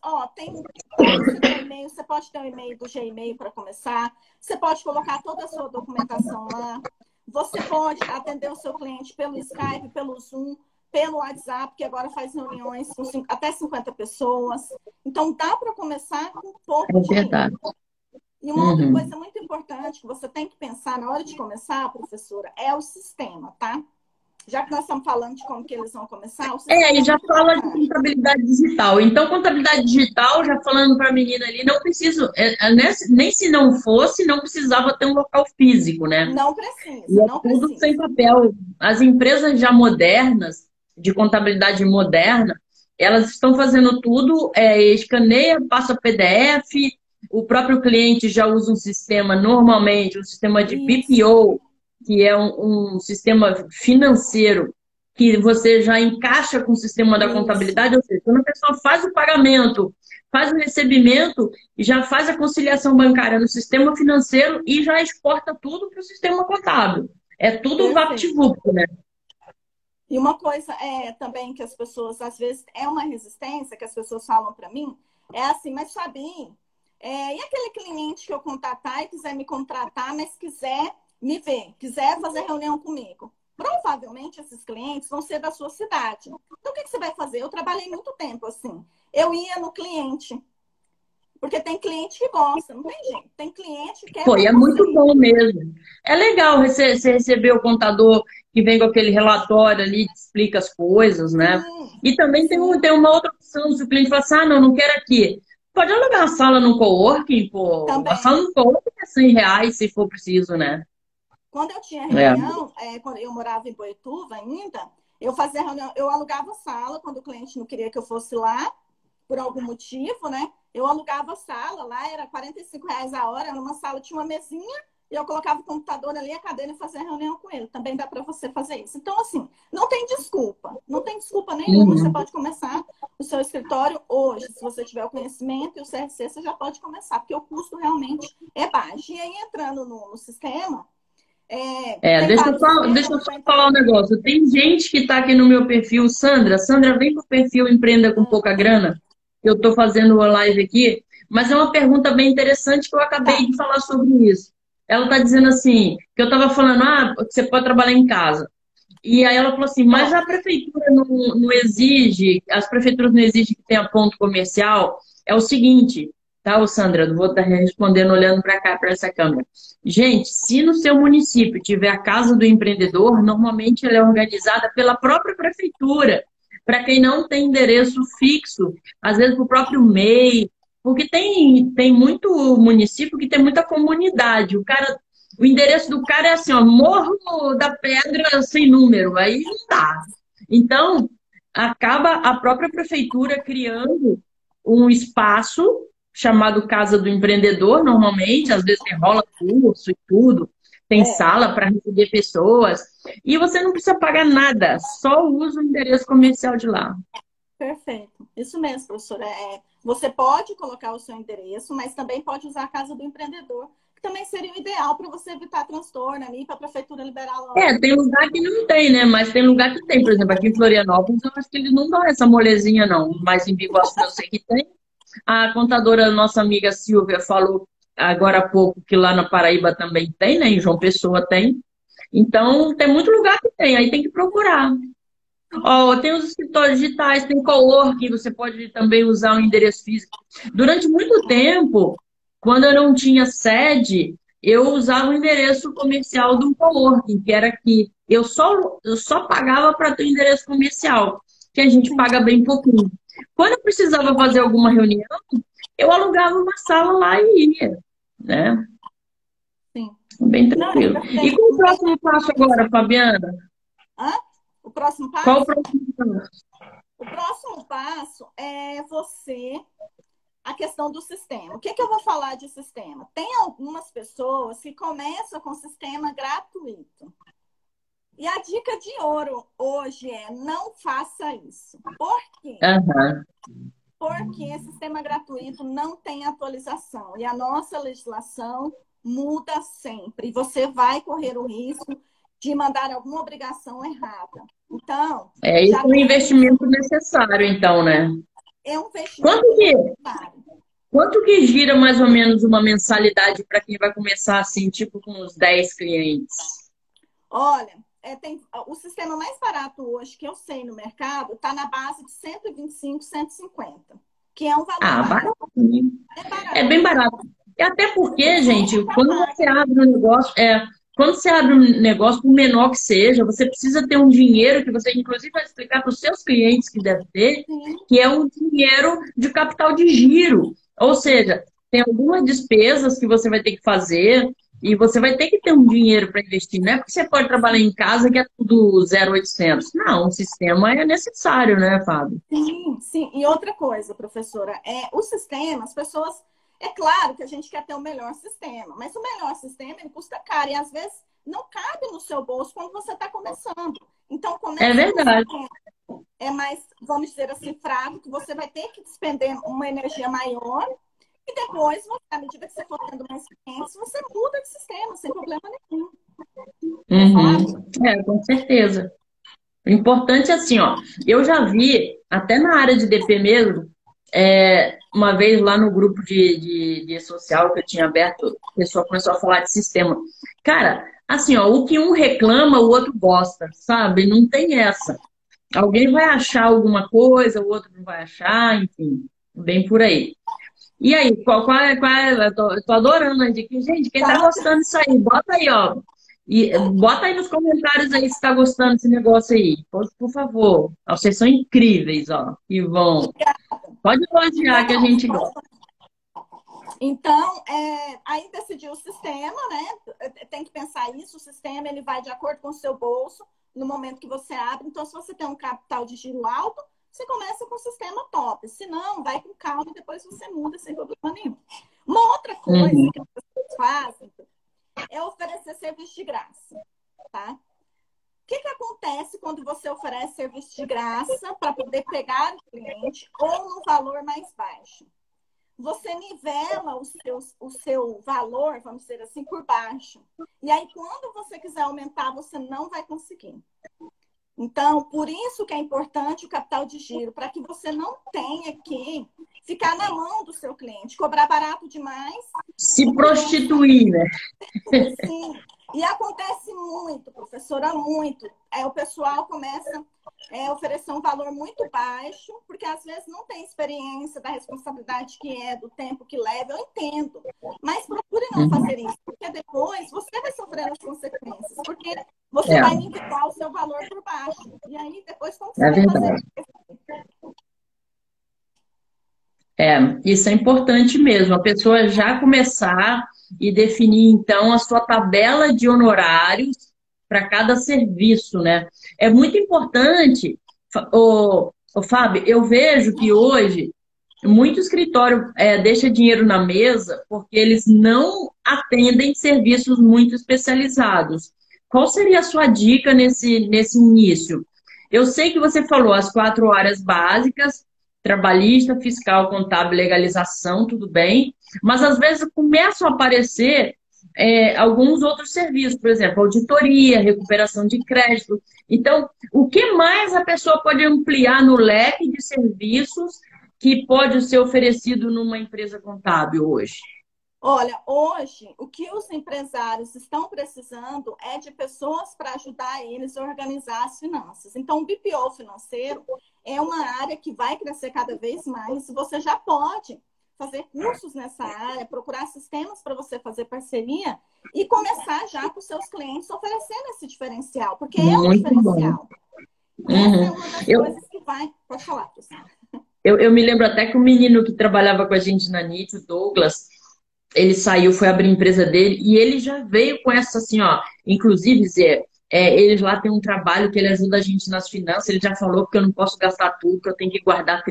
Você pode ter um e-mail do Gmail para começar, você pode colocar toda a sua documentação lá, você pode atender o seu cliente pelo Skype, pelo Zoom, pelo WhatsApp, que agora faz reuniões com até 50 pessoas. Então, dá para começar com pouco dinheiro. E uma outra coisa muito importante que você tem que pensar na hora de começar, professora, é o sistema, tá? Já que nós estamos falando de como que eles vão começar, o sistema e já fala de contabilidade digital. Então, contabilidade digital, já falando para a menina ali, não preciso, nem se não fosse, não precisava ter um local físico, né? Não precisa, e não tudo precisa. Sem papel. As empresas já modernas, de contabilidade moderna, elas estão fazendo tudo, escaneia, passa PDF, o próprio cliente já usa um sistema, normalmente, um sistema de BPO, que é um sistema financeiro que você já encaixa com o sistema da contabilidade, ou seja, quando a pessoa faz o pagamento, faz o recebimento, já faz a conciliação bancária no sistema financeiro e já exporta tudo para o sistema contábil. É tudo VaptVupt, né? E uma coisa também que as pessoas, às vezes, é uma resistência que as pessoas falam para mim, é assim, mas Fabi, e aquele cliente que eu contatar e quiser me contratar, mas quiser me ver, quiser fazer reunião comigo? Provavelmente esses clientes vão ser da sua cidade. Então, o que você vai fazer? Eu trabalhei muito tempo assim. Eu ia no cliente. Porque tem cliente que gosta, não tem jeito. Tem cliente que quer. É muito bom mesmo. É legal você receber o contador que vem com aquele relatório ali, que explica as coisas, né? E também tem uma outra opção, se o cliente fala assim, não quero aqui. Pode alugar uma sala no coworking, pô. Também. A sala no coworking é R$100 se for preciso, né? Quando eu tinha É. reunião, quando eu morava em Boituva ainda, eu fazia reunião, eu alugava sala quando o cliente não queria que eu fosse lá, por algum motivo, né? Eu alugava sala lá, era R$ 45 a hora, era uma sala, tinha uma mesinha, e eu colocava o computador ali, a cadeira e fazia reunião com ele. Também dá para você fazer isso. Então, assim, não tem desculpa nenhuma. Você Uhum. pode começar o seu escritório hoje. Se você tiver o conhecimento e o CRC, você já pode começar, porque o custo realmente é baixo. E aí, entrando no sistema, tem vários Deixa sistemas, eu você só vai entrar. falar um negócio. Tem gente que está aqui no meu perfil, Sandra. Sandra, vem pro perfil Empreenda com Pouca Grana. Eu estou fazendo uma live aqui, mas é uma pergunta bem interessante que eu acabei Tá. de falar sobre isso. Ela está dizendo assim, que eu estava falando, você pode trabalhar em casa. E aí ela falou assim, mas a Pode. prefeitura não exige, as prefeituras não exigem que tenha ponto comercial. É o seguinte, tá, ô Sandra? Não vou estar respondendo olhando para cá, para essa câmera. Gente, se no seu município tiver a Casa do Empreendedor, normalmente ela é organizada pela própria prefeitura. Para quem não tem endereço fixo, às vezes para o próprio MEI, porque tem muito município que tem muita comunidade. O endereço do cara é assim, ó, Morro da Pedra sem número, aí não dá. Então, acaba a própria prefeitura criando um espaço chamado Casa do Empreendedor, normalmente, às vezes rola curso e tudo, tem É, sala para receber pessoas, e você não precisa pagar nada, só usa o endereço comercial de lá. perfeito. Isso mesmo, professora. Você pode colocar o seu endereço, mas também pode usar a Casa do Empreendedor, que também seria o ideal para você evitar transtorno ali, para a prefeitura liberar logo. Tem lugar que não tem, né? Mas tem lugar que tem. Por exemplo, aqui em Florianópolis, eu acho que eles não dão essa molezinha, não. Mas em Biguaçu eu sei que tem. A contadora, nossa amiga Silvia, falou agora há pouco que lá na Paraíba também tem, né? Em João Pessoa tem. Então, tem muito lugar que tem, aí tem que procurar. Ó, tem os escritórios digitais, tem coworking, você pode também usar o endereço físico. Durante muito tempo, quando eu não tinha sede, eu usava o endereço comercial de um coworking, que era aqui. Eu só pagava para ter o endereço comercial, que a gente Sim, paga bem pouquinho. Quando eu precisava fazer alguma reunião, eu alugava uma sala lá e ia, né? sim. Bem Não, é tranquilo. E perfeito. qual o Não tem próximo passo agora, Fabiana? Hã? O próximo Qual o passo? próximo passo? O próximo passo é a questão do sistema. O que, que eu vou falar de sistema? Tem algumas pessoas que começam com sistema gratuito. E a dica de ouro hoje é não faça isso. Por quê? Aham. Porque esse sistema gratuito não tem atualização. E a nossa legislação muda sempre. E você vai correr o risco de mandar alguma obrigação errada. Então, Esse já é um tem investimento necessário, então, né? é um Quanto investimento que, necessário. quanto que gira mais ou menos uma mensalidade para quem vai começar assim, tipo com uns 10 clientes? Olha, o sistema mais barato hoje que eu sei no mercado está na base de 125, 150, que é um valor Ah, baixo. barato, né? É É barato. bem barato. E até Porque porque, tudo gente, já quando você paga. abre um negócio, quando você abre um negócio, por menor que seja, você precisa ter um dinheiro que você, inclusive, vai explicar para os seus clientes que deve ter, Sim, que é um dinheiro de capital de giro. Ou seja, tem algumas despesas que você vai ter que fazer e você vai ter que ter um dinheiro para investir. Não é porque você pode trabalhar em casa que é tudo 0,800. Não, o sistema é necessário, né, Fábio? sim, sim. E outra coisa, professora, o sistema, as pessoas. É claro que a gente quer ter o melhor sistema, mas o melhor sistema ele custa caro e às vezes não cabe no seu bolso quando você está começando. Então, É comece com um verdade. sistema mais, vamos dizer assim, fraco, que você vai ter que despender uma energia maior. E depois, à medida que você for tendo mais clientes, você muda de sistema, sem problema nenhum. Quer falar? Uhum. Com certeza. O importante é assim, ó. Eu já vi, até na área de DP mesmo, uma vez lá no grupo de social que eu tinha aberto, o pessoal começou a falar de sistema. Cara, assim, ó, o que um reclama, o outro gosta, sabe? Não tem essa. Alguém vai achar alguma coisa, o outro não vai achar, enfim, bem por aí. E aí, eu tô adorando a dica. Gente, quem tá Tá. gostando disso aí, bota aí, ó. E bota aí nos comentários aí se tá gostando desse negócio aí. Por favor. Ó, vocês são incríveis, ó. E vão. Pode elogiar que a Então, gente gosta. então aí decidiu o sistema, né? Tem que pensar isso o sistema ele vai de acordo com o seu bolso no momento que você abre. Então, se você tem um capital de giro alto, você começa com o sistema top. Se não, vai com calma e depois você muda sem problema nenhum. Uma outra coisa que as pessoas fazem é oferecer serviço de graça, tá? O que acontece quando você oferece serviço de graça para poder pegar o cliente ou no valor mais baixo? Você nivela o seu valor, vamos dizer assim, por baixo. E aí, quando você quiser aumentar, você não vai conseguir. Então, por isso que é importante o capital de giro, para que você não tenha que ficar na mão do seu cliente, cobrar barato demais. Se prostituir, né? Sim. E acontece muito, professora, muito. O pessoal começa a oferecer um valor muito baixo, porque às vezes não tem experiência da responsabilidade que é, do tempo que leva, eu entendo. Mas procure não fazer isso, porque depois você vai sofrer as consequências, porque você vai nivelar o seu valor por baixo. E aí depois como você vai fazer? Isso é importante mesmo, a pessoa já começar e definir, então, a sua tabela de honorários para cada serviço, né? É muito importante, Fábio, eu vejo que hoje muito escritório deixa dinheiro na mesa porque eles não atendem serviços muito especializados. Qual seria a sua dica nesse início? Eu sei que você falou as 4 áreas básicas, trabalhista, fiscal, contábil, legalização, tudo bem, mas às vezes começam a aparecer alguns outros serviços, por exemplo, auditoria, recuperação de crédito. Então, o que mais a pessoa pode ampliar no leque de serviços que pode ser oferecido numa empresa contábil hoje? Olha, hoje, o que os empresários estão precisando é de pessoas para ajudar eles a organizar as finanças. Então, o BPO financeiro é uma área que vai crescer cada vez mais. Você já pode fazer cursos nessa área, procurar sistemas para você fazer parceria e começar já com os seus clientes oferecendo esse diferencial, porque é um diferencial. Essa é uma das coisas que vai... Pode falar, professor. Eu me lembro até que o menino que trabalhava com a gente na NIT, o Douglas, ele saiu, foi abrir a empresa dele e ele já veio com essa assim, ó. Inclusive, Zé, eles lá têm um trabalho que ele ajuda a gente nas finanças. Ele já falou que eu não posso gastar tudo, que eu tenho que guardar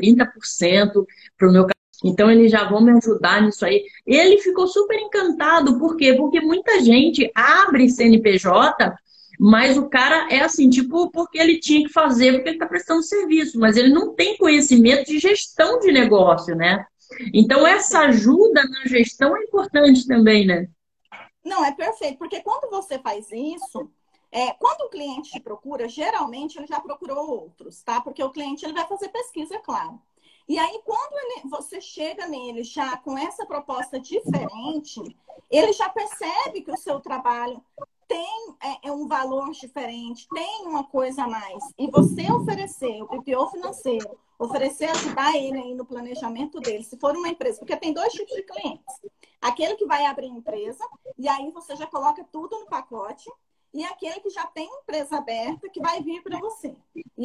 30% para o meu. Então, eles já vão me ajudar nisso aí. Ele ficou super encantado. Por quê? Porque muita gente abre CNPJ, mas o cara é assim, tipo, porque ele tinha que fazer, porque ele está prestando serviço. Mas ele não tem conhecimento de gestão de negócio, né? Então, essa ajuda na gestão é importante também, né? Não, é perfeito. Porque quando você faz isso, quando o cliente te procura, geralmente ele já procurou outros, tá? Porque o cliente ele vai fazer pesquisa, é claro. E aí, quando você chega nele já com essa proposta diferente, ele já percebe que o seu trabalho tem um valor diferente, tem uma coisa a mais. E você oferecer o BPO financeiro, oferecer ajudar ele aí no planejamento dele, se for uma empresa, porque tem 2 tipos de clientes. Aquele que vai abrir empresa, e aí você já coloca tudo no pacote, e aquele que já tem empresa aberta, que vai vir para você. E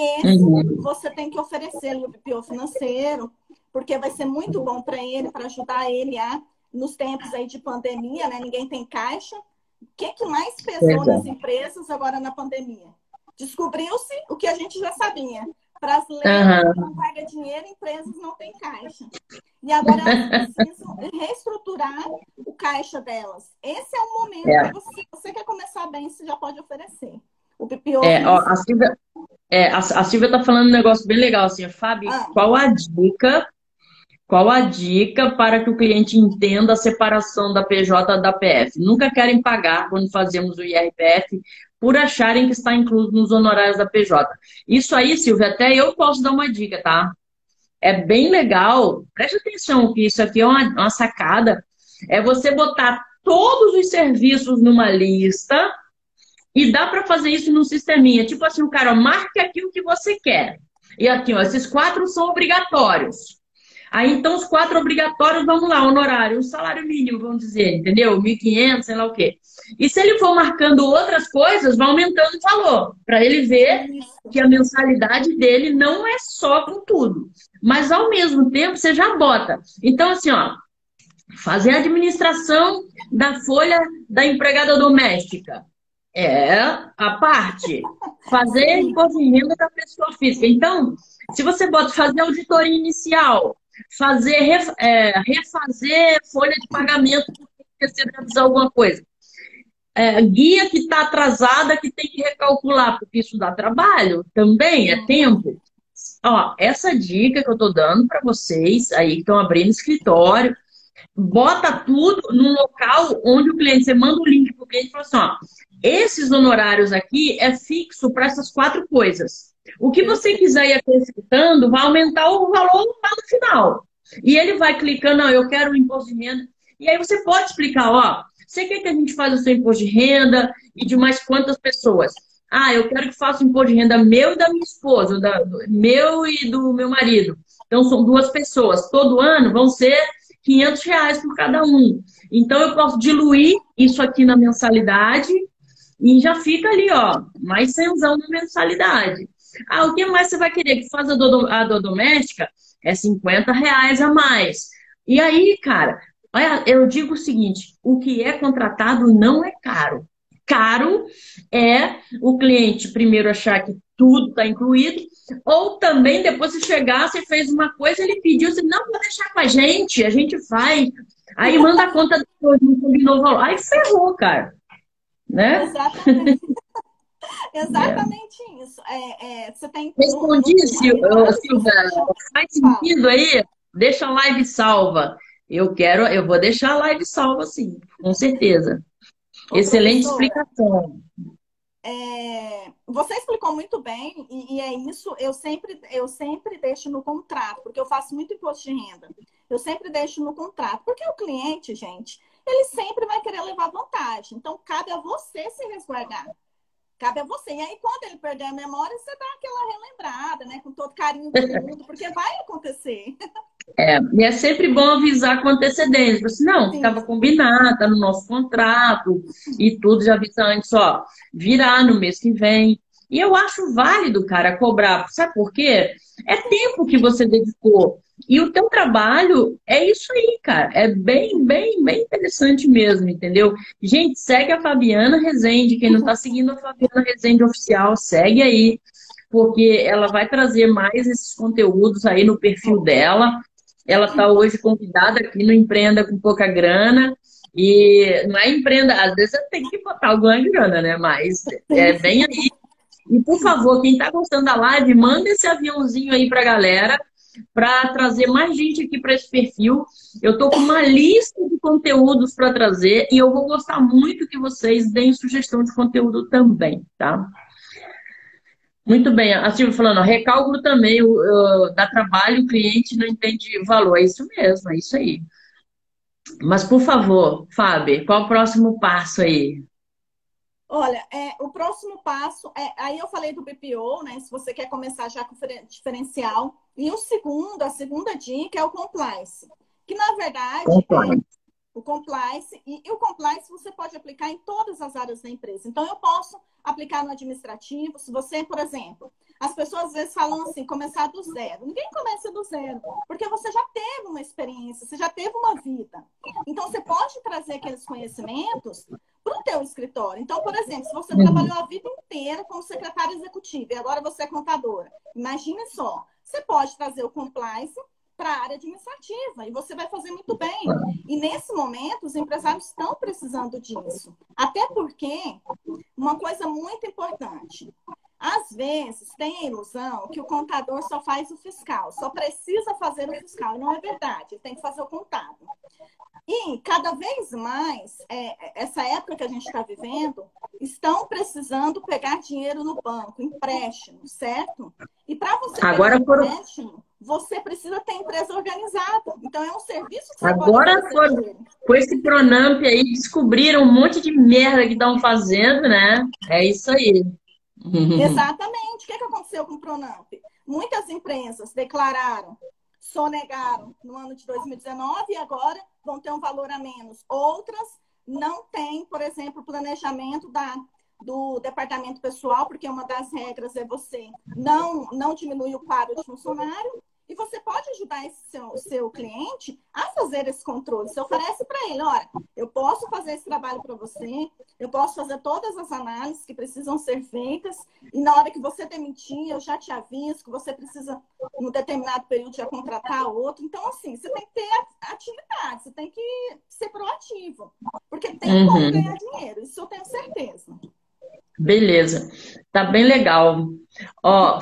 esse você tem que oferecer o BPO financeiro, porque vai ser muito bom para ele, para ajudar ele nos tempos aí de pandemia, né? Ninguém tem caixa. O que mais pesou nas empresas agora na pandemia? Descobriu-se o que a gente já sabia. Brasileiros não pagam dinheiro, empresas não têm caixa. E agora elas precisam reestruturar o caixa delas. Esse é o momento que você quer começar bem, você já pode oferecer. O BPO... a Silvia está falando um negócio bem legal, assim, Fábio, qual a dica para que o cliente entenda a separação da PJ da PF? Nunca querem pagar quando fazemos o IRPF por acharem que está incluso nos honorários da PJ. Isso aí, Silvia, até eu posso dar uma dica, tá? É bem legal, preste atenção que isso aqui é uma sacada, é você botar todos os serviços numa lista e dá para fazer isso no sisteminha. Tipo assim, o cara marca aqui o que você quer. E aqui, ó, esses 4 são obrigatórios. Aí, então, os 4 obrigatórios, vamos lá, honorário, o salário mínimo, vamos dizer, entendeu? 1.500, sei lá o quê. E se ele for marcando outras coisas, vai aumentando o valor, para ele ver que a mensalidade dele não é só com tudo. Mas, ao mesmo tempo, você já bota. Então, assim, ó, Fazer a administração da folha da empregada doméstica. É a parte. Fazer Sim, imposto de renda da pessoa física. Então, se você bota fazer auditoria inicial, refazer folha de pagamento, porque você revisar alguma coisa. Guia que está atrasada, que tem que recalcular, porque isso dá trabalho também, é sim. tempo. Ó, essa dica que eu estou dando para vocês aí que estão abrindo escritório, bota tudo num local onde o cliente, você manda o link para o cliente e fala assim, ó, esses honorários aqui é fixo para essas 4 coisas. O que você Perfeito. quiser ir acrescentando vai aumentar o valor lá no final. E ele vai clicando, não, eu quero o imposto de renda. E aí você pode explicar, ó, você quer que a gente faça o seu imposto de renda e de mais quantas pessoas? Ah, eu quero que faça o imposto de renda meu e da minha esposa, meu e do meu marido. Então são 2 pessoas. Todo ano vão ser R$ 500 por cada um. Então, eu posso diluir isso aqui na mensalidade e já fica ali, ó, mais cenzão na mensalidade. Ah, o que mais você vai querer? Que faça a do doméstica? É R$ 50 a mais. E aí, cara, olha, eu digo o seguinte: o que é contratado não é caro. Caro é o cliente primeiro achar que tudo está incluído, ou também depois se chegar, você fez uma coisa, ele pediu, você não vou deixar com a gente faz. Aí manda a conta depois, não combinou o valor. Aí ferrou, cara, né? Exatamente. É. Exatamente isso. Você tem Respondi, você Silvia. deixou. Faz Fala. sentido aí? Deixa a live salva. Eu vou deixar a live salva, sim, com certeza. Ô, Excelente professora, explicação. você explicou muito bem, e é isso, eu sempre deixo no contrato, porque eu faço muito imposto de renda. Eu sempre deixo no contrato, porque o cliente, gente, ele sempre vai querer levar vantagem. Então, cabe a você se resguardar. Cabe a você. E aí, quando ele perder a memória, você dá aquela relembrada, né? Com todo carinho do mundo, porque vai acontecer. E é sempre bom avisar com antecedência. Tipo assim, não, estava Sim, combinado, está no nosso contrato e tudo, já avisa antes, ó, virá no mês que vem. E eu acho válido, cara, cobrar. Sabe por quê? É tempo que você dedicou. E o teu trabalho é isso aí, cara. É bem, bem, bem interessante mesmo, entendeu? Gente, segue a Fabiana Rezende. Quem não está seguindo a Fabiana Rezende oficial, segue aí, porque ela vai trazer mais esses conteúdos aí no perfil dela. Ela está hoje convidada aqui no Empreenda com Pouca Grana. E não é empreenda, às vezes você tem que botar alguma grana, né? Mas sim, bem sim. aí. E por favor, quem está gostando da live, manda esse aviãozinho aí para a galera, para trazer mais gente aqui para esse perfil. Eu estou com uma lista de conteúdos para trazer e eu vou gostar muito que vocês deem sugestão de conteúdo também, tá? Muito bem, a Silvia falando, ó, recálculo também dá trabalho, o cliente não entende valor. É isso mesmo, é isso aí. Mas, por favor, Fábio, qual o próximo passo aí? Olha, o próximo passo aí eu falei do BPO, né? Se você quer começar já com diferencial. E a segunda dica é o compliance, que na verdade é Compliance. o compliance, e o compliance você pode aplicar em todas as áreas da empresa. Então, eu posso aplicar no administrativo, se você, por exemplo, as pessoas às vezes falam assim, começar do zero. Ninguém começa do zero, porque você já teve uma experiência, você já teve uma vida. Então, você pode trazer aqueles conhecimentos para o teu escritório. Então, por exemplo, se você Uhum. trabalhou a vida inteira como secretária executiva e agora você é contadora, imagine só, você pode trazer o compliance para a área administrativa e você vai fazer muito bem. E nesse momento, os empresários estão precisando disso. Até porque, uma coisa muito importante, às vezes tem a ilusão que o contador só faz o fiscal, só precisa fazer o fiscal. E não é verdade, ele tem que fazer o contábil. E cada vez mais, essa época que a gente está vivendo, estão precisando pegar dinheiro no banco, empréstimo, certo? E para você pegar Agora foram, empréstimo, você precisa ter empresa organizada. Então, é um serviço que você pode agora oferecer para foram, ele. com esse Pronamp aí, descobriram um monte de merda que estão fazendo, né? É isso aí. Exatamente. O que aconteceu com o Pronamp? Muitas empresas declararam, sonegaram no ano de 2019 e agora vão ter um valor a menos. Outras não têm, por exemplo, planejamento do departamento pessoal, porque uma das regras é você não diminuir o quadro de funcionário. E você pode ajudar esse seu cliente a fazer esse controle. Você oferece para ele, olha, eu posso fazer esse trabalho para você, eu posso fazer todas as análises que precisam ser feitas, e na hora que você demitir, eu já te aviso que você precisa, em um determinado período, já contratar outro. Então, assim, você tem que ter atividade, você tem que ser proativo, porque tem como ganhar dinheiro, isso eu tenho certeza. Beleza. Tá bem legal. Ó,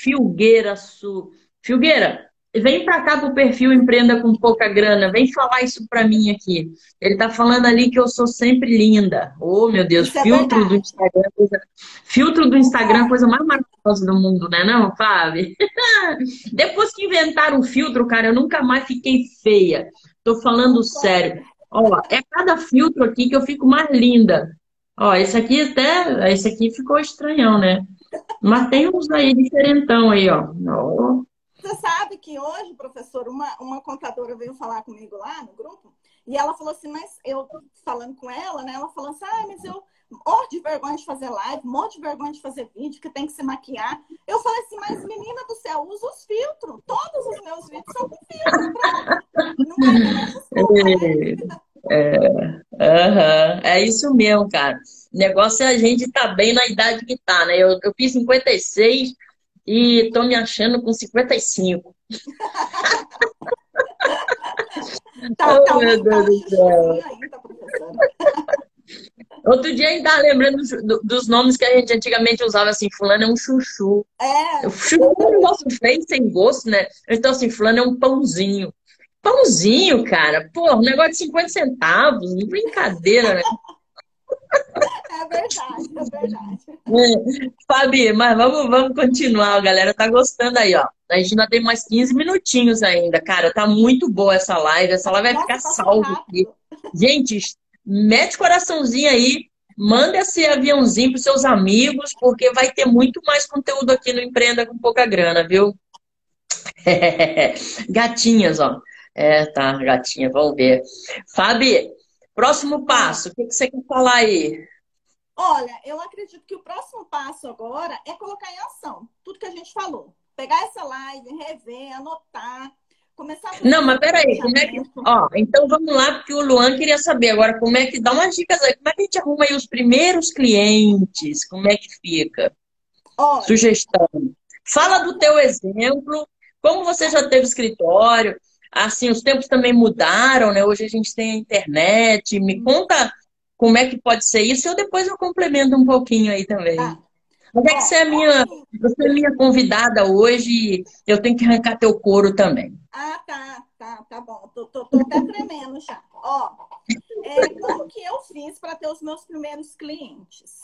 Filgueira, vem pra cá pro perfil Empreenda com Pouca Grana. Vem falar isso pra mim aqui. Ele tá falando ali que eu sou sempre linda. Oh, meu Deus, Isso é verdade. Filtro do Instagram é a Concordo. coisa mais maravilhosa do mundo, né, não, Fábio? Depois que inventaram o filtro, cara, eu nunca mais fiquei feia. Tô falando Concordo. sério. Ó, é cada filtro aqui que eu fico mais linda. Ó, esse aqui ficou estranhão, né? Mas tem uns aí diferentão aí, ó. Ó. Você sabe que hoje, professor, uma contadora veio falar comigo lá no grupo, e ela falou assim, mas eu, falando com ela, né? Ela falou assim, mas eu morro de vergonha de fazer live, morro de vergonha de fazer vídeo, que tem que se maquiar. Eu falei assim, mas menina do céu, usa os filtros. Todos os meus vídeos são com filtro, pronto. Não vai ter mais desculpa, né? Aham, é isso mesmo, cara. O negócio é a gente tá bem na idade que tá, né? Eu fiz 56 e tô me achando com 55. Tá Oh, uma, meu tá Deus um do céu. chuchuzinho ainda, professora. Outro dia ainda lembrando dos nomes que a gente antigamente usava, assim, fulano é um chuchu. O É, chuchu é um negócio feio, sem gosto, né? Então, assim, fulano é um pãozinho. Pãozinho, cara, pô, um negócio de 50 centavos, brincadeira, né? é verdade, é verdade. Fabi, mas vamos continuar, a galera tá gostando aí, ó. A gente ainda tem mais 15 minutinhos ainda, cara, tá muito boa essa live vai ficar Nossa, passou salva aqui. rápido. Gente, mete coraçãozinho aí, manda esse aviãozinho pros seus amigos, porque vai ter muito mais conteúdo aqui no Empreenda com Pouca Grana, viu? Gatinhas, ó. É, tá, gatinha, vamos ver. Fabi, próximo Ah, passo, o que você quer falar aí? olha, eu acredito que o próximo passo agora é colocar em ação tudo que a gente falou. Pegar essa live, rever, anotar, começar a fazer Não, o mas seu peraí, como é que. planejamento. Ó, então vamos lá, porque o Luan queria saber agora como é que. Dá umas dicas aí, como é que a gente arruma aí os primeiros clientes? Como é que fica? Olha, Sugestão. Fala eu, do teu exemplo, como você já teve escritório, assim, os tempos também mudaram, né? Hoje a gente tem a internet. Me conta como é que pode ser isso, e depois eu complemento um pouquinho aí também. tá. Mas é que Ó, assim, você é minha convidada hoje, eu tenho que arrancar teu couro também. tá bom. Tô até tremendo já. Ó, como que eu fiz para ter os meus primeiros clientes?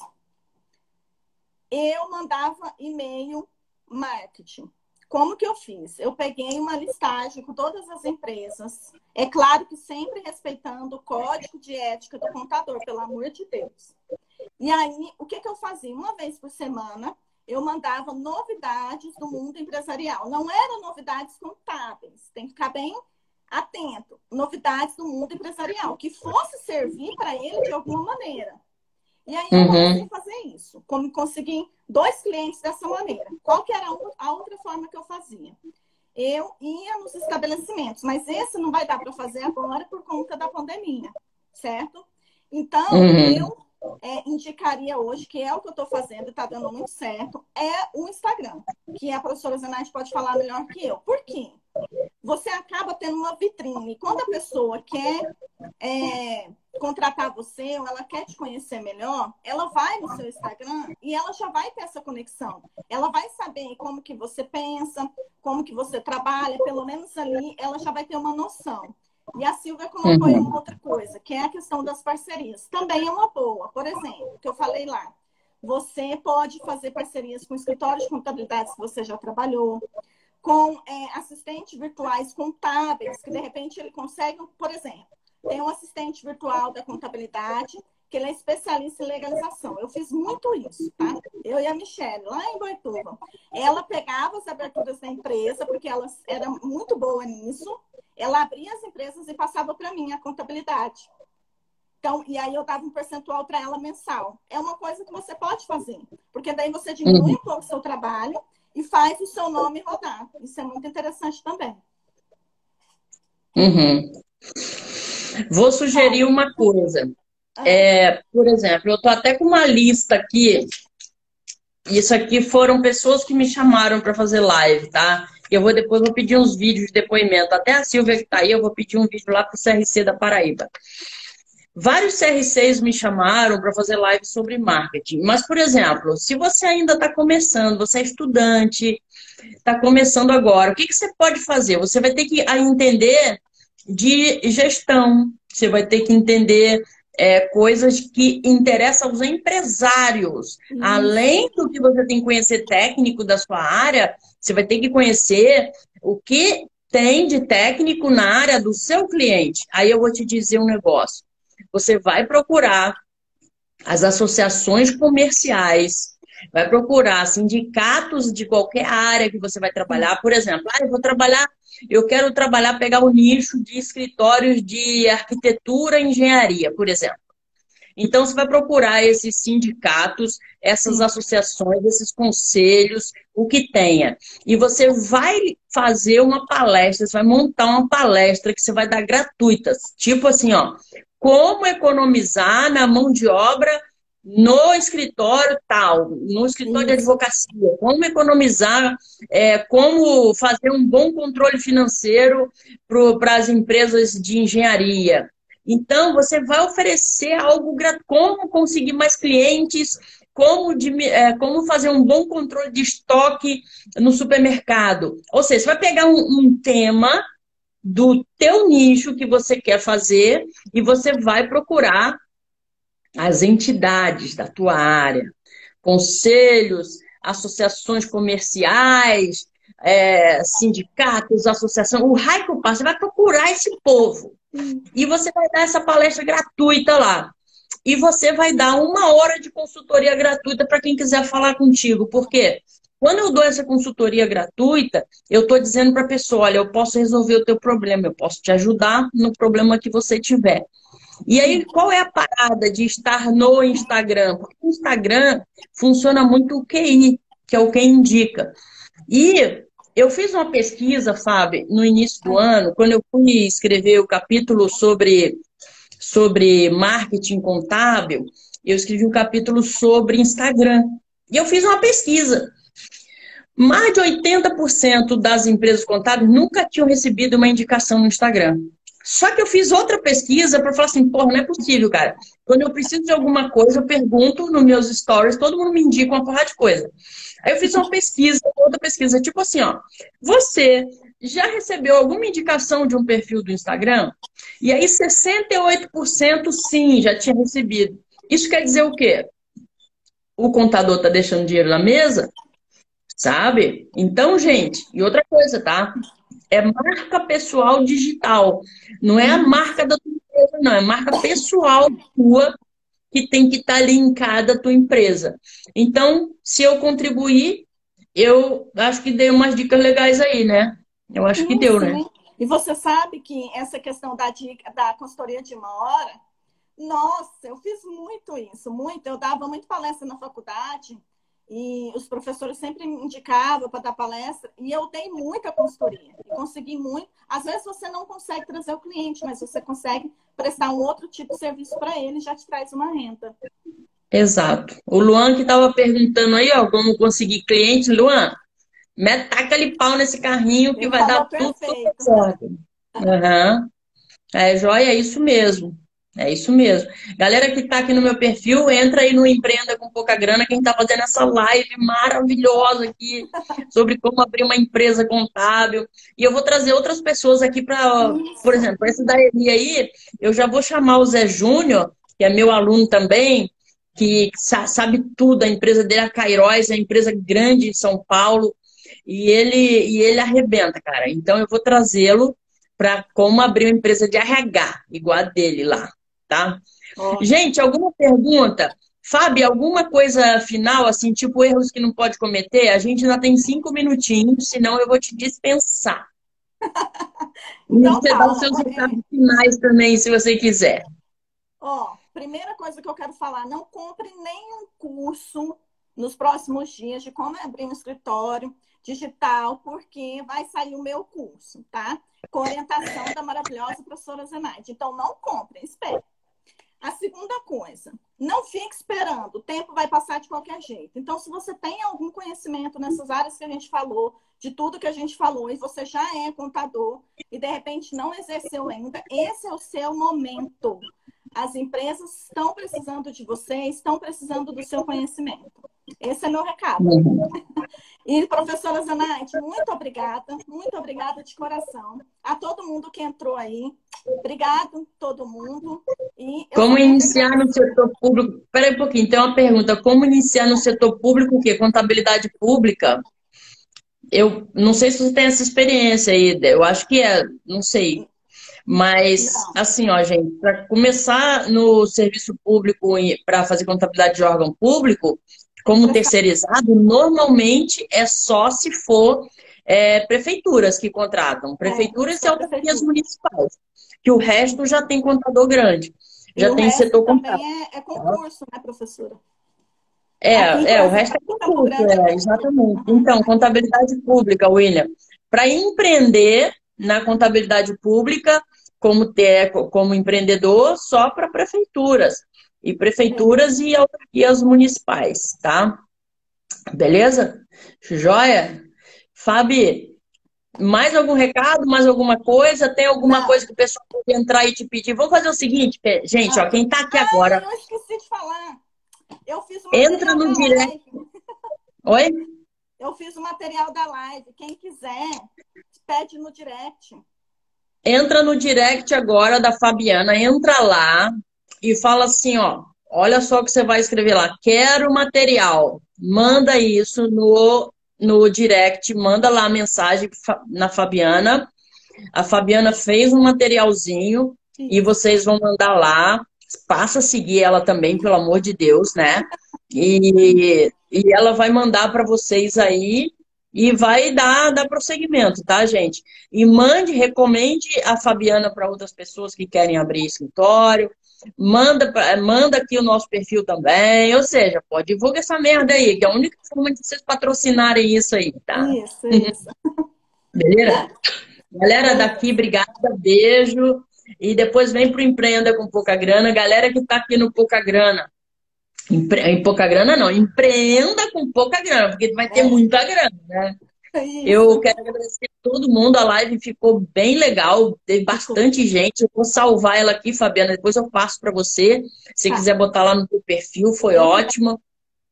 Eu mandava e-mail marketing. Como que eu fiz? Eu peguei uma listagem com todas as empresas. É claro que sempre respeitando o código de ética do contador, pelo amor de Deus. E aí, o que eu fazia? Uma vez por semana, eu mandava novidades do mundo empresarial. Não eram novidades contábeis, tem que ficar bem atento. Novidades do mundo empresarial, que fosse servir para ele de alguma maneira. E aí eu comecei a Uhum, fazer isso, como consegui 2 clientes dessa maneira. Qual que era a outra forma que eu fazia? Eu ia nos estabelecimentos, mas esse não vai dar para fazer agora por conta da pandemia, certo? Então, uhum, eu indicaria hoje, que é o que eu estou fazendo e está dando muito certo, é o Instagram, que a professora Zenaide pode falar melhor que eu. Por quê? Você acaba tendo uma vitrine. Quando a pessoa quer contratar você ou ela quer te conhecer melhor, ela vai no seu Instagram e ela já vai ter essa conexão. Ela vai saber como que você pensa, como que você trabalha, pelo menos ali ela já vai ter uma noção. E a Silvia colocou aí uma uhum, outra coisa, que é a questão das parcerias. Também é uma boa. Por exemplo, que eu falei lá, você pode fazer parcerias com escritórios de contabilidade que você já trabalhou, com assistentes virtuais contábeis, que de repente ele consegue, por exemplo, tem um assistente virtual da contabilidade, que ele é especialista em legalização. Eu fiz muito isso, tá? Eu e a Michelle, lá em Boituva. Ela pegava as aberturas da empresa, porque ela era muito boa nisso. Ela abria as empresas e passava para mim a contabilidade. Então, e aí eu dava um percentual para ela mensal. É uma coisa que você pode fazer, porque daí você diminui uhum. um pouco o seu trabalho e faz o seu nome rodar. Isso é muito interessante também. Uhum. Vou sugerir Fala. uma coisa. Ah, Por exemplo, eu estou até com uma lista aqui. Isso aqui foram pessoas que me chamaram para fazer live, tá? Depois vou pedir uns vídeos de depoimento. Até a Silvia que está aí, eu vou pedir um vídeo lá para o CRC da Paraíba. Vários CRCs me chamaram para fazer live sobre marketing. Mas, por exemplo, se você ainda está começando, você é estudante, está começando agora, o que você pode fazer? Você vai ter que entender de gestão, você vai ter que entender coisas que interessam aos empresários. isso. Além do que você tem que conhecer técnico da sua área, você vai ter que conhecer o que tem de técnico na área do seu cliente. Aí eu vou te dizer um negócio. Você vai procurar as associações comerciais, vai procurar sindicatos de qualquer área que você vai trabalhar. Por exemplo, eu quero trabalhar, pegar o nicho de escritórios de arquitetura e engenharia, por exemplo. Então, você vai procurar esses sindicatos, essas Sim. associações, esses conselhos, o que tenha. E você vai fazer uma palestra, você vai montar uma palestra que você vai dar gratuitas. Tipo assim, ó, como economizar na mão de obra no escritório tal, no escritório de Isso. advocacia, como economizar, como fazer um bom controle financeiro para as empresas de engenharia. Então, você vai oferecer algo gratuito, como conseguir mais clientes, como fazer um bom controle de estoque no supermercado. Ou seja, você vai pegar um tema do teu nicho que você quer fazer e você vai procurar as entidades da tua área, conselhos, associações comerciais, sindicatos, associação, o raio que eu passo, você vai procurar esse povo. Sim. E você vai dar essa palestra gratuita lá. E você vai dar 1 hora de consultoria gratuita para quem quiser falar contigo. Por quê? Quando eu dou essa consultoria gratuita, eu estou dizendo para a pessoa, olha, eu posso resolver o teu problema, eu posso te ajudar no problema que você tiver. E aí, qual é a parada de estar no Instagram? Porque o Instagram funciona muito o QI, que é o que indica. E eu fiz uma pesquisa, Fábio, no início do ano, quando eu fui escrever o capítulo sobre marketing contábil, eu escrevi um capítulo sobre Instagram. E eu fiz uma pesquisa. Mais de 80% das empresas contábeis nunca tinham recebido uma indicação no Instagram. Só que eu fiz outra pesquisa para falar assim, porra, não é possível, cara. Quando eu preciso de alguma coisa, eu pergunto nos meus stories, todo mundo me indica uma porrada de coisa. Aí eu fiz uma pesquisa, outra pesquisa, tipo assim, ó. Você já recebeu alguma indicação de um perfil do Instagram? E aí 68% sim, já tinha recebido. Isso quer dizer o quê? O contador está deixando dinheiro na mesa, sabe? Então, gente, e outra coisa, tá? É marca pessoal digital. Não é a marca da tua empresa, não. É marca pessoal tua que tem que estar linkada à tua empresa. Então, se eu contribuir, eu acho que dei umas dicas legais aí, né? Eu acho que Sim, deu, né? sim. E você sabe que essa questão da dica, da consultoria de 1 hora, nossa, eu fiz muito isso, muito. Eu dava muito palestra na faculdade e os professores sempre me indicavam para dar palestra e eu dei muita consultoria e consegui muito. Às vezes você não consegue trazer o cliente, mas você consegue prestar um outro tipo de serviço para ele e já te traz uma renda. Exato. O Luan que estava perguntando aí, ó, como conseguir cliente. Luan, taca-lhe pau nesse carrinho que Ele vai dar falou tudo perfeito. certo. Aham. É, joia, é isso mesmo. É isso mesmo. Galera que está aqui no meu perfil, entra aí no Empreenda com Pouca Grana, quem está fazendo essa live maravilhosa aqui sobre como abrir uma empresa contábil. E eu vou trazer outras pessoas aqui para, por Isso. exemplo, esse da Eli aí, eu já vou chamar o Zé Júnior, que é meu aluno também, que sabe tudo. A empresa dele é a Cairóis, é uma empresa grande em São Paulo, e ele arrebenta, cara. Então eu vou trazê-lo para como abrir uma empresa de RH, igual a dele lá, tá? Ótimo. Gente, alguma pergunta? Fábio, alguma coisa final, assim, tipo erros que não pode cometer? A gente ainda tem 5 minutinhos, senão eu vou te dispensar. E Então você dá tá, os seus recados finais também, se você quiser. ó, primeira coisa que eu quero falar, não compre nenhum curso nos próximos dias de como abrir um escritório digital, porque vai sair o meu curso, tá? Com orientação da maravilhosa professora Zenaide. Então, não comprem, espere. A segunda coisa, não fique esperando, o tempo vai passar de qualquer jeito. Então, se você tem algum conhecimento nessas áreas que a gente falou, de tudo que a gente falou, e você já é contador, e de repente não exerceu ainda, esse é o seu momento. As empresas estão precisando de você, estão precisando do seu conhecimento. Esse é meu recado. E, professora Zenaide, muito obrigada de coração. A todo mundo que entrou aí, obrigado, todo mundo. E como iniciar no setor público? Espera aí um pouquinho, tem uma pergunta. Como iniciar no setor público o quê? Contabilidade pública? Eu não sei se você tem essa experiência aí, eu acho que é, não sei. Mas, Não. assim, ó, gente, para começar no serviço público para fazer contabilidade de órgão público, como terceirizado, normalmente é só se for prefeituras que contratam. Prefeituras e autarquias municipais, que o resto já tem contador grande, já tem setor contábil. Também é concurso, né, professora? O resto é concurso, exatamente. Então, contabilidade pública, William, para empreender na contabilidade pública, como empreendedor, só para prefeituras. E prefeituras e autarquias municipais, tá? Beleza? Joia? Fabi, mais algum recado? Mais alguma coisa? Tem alguma coisa que o pessoal pode entrar e te pedir? Vamos fazer o seguinte, gente, ó, quem tá aqui agora... Eu esqueci de falar. Eu fiz o entra no direct. Oi? Eu fiz o material da live. Quem quiser, pede no direct. Entra no direct agora da Fabiana, entra lá e fala assim, ó, olha só o que você vai escrever lá. Quero material. Manda isso no direct, manda lá a mensagem na Fabiana. A Fabiana fez um materialzinho e vocês vão mandar lá. Passa a seguir ela também, pelo amor de Deus, né? E ela vai mandar para vocês aí e vai dar prosseguimento, tá, gente? E recomende a Fabiana para outras pessoas que querem abrir escritório. Manda aqui o nosso perfil também. Ou seja, pode divulgar essa merda aí, que é a única forma de vocês patrocinarem isso aí, tá? Isso. Beleza? Galera daqui, obrigada, beijo. E depois vem pro Empreenda com Pouca Grana. Galera que tá aqui no Pouca Grana. Em pouca grana não, empreenda com pouca grana, porque vai ter muita grana, né? Eu quero agradecer a todo mundo, a live ficou bem legal, teve bastante gente. Eu vou salvar ela aqui, Fabiana, depois eu passo para você. Se quiser botar lá no seu perfil, foi ótimo.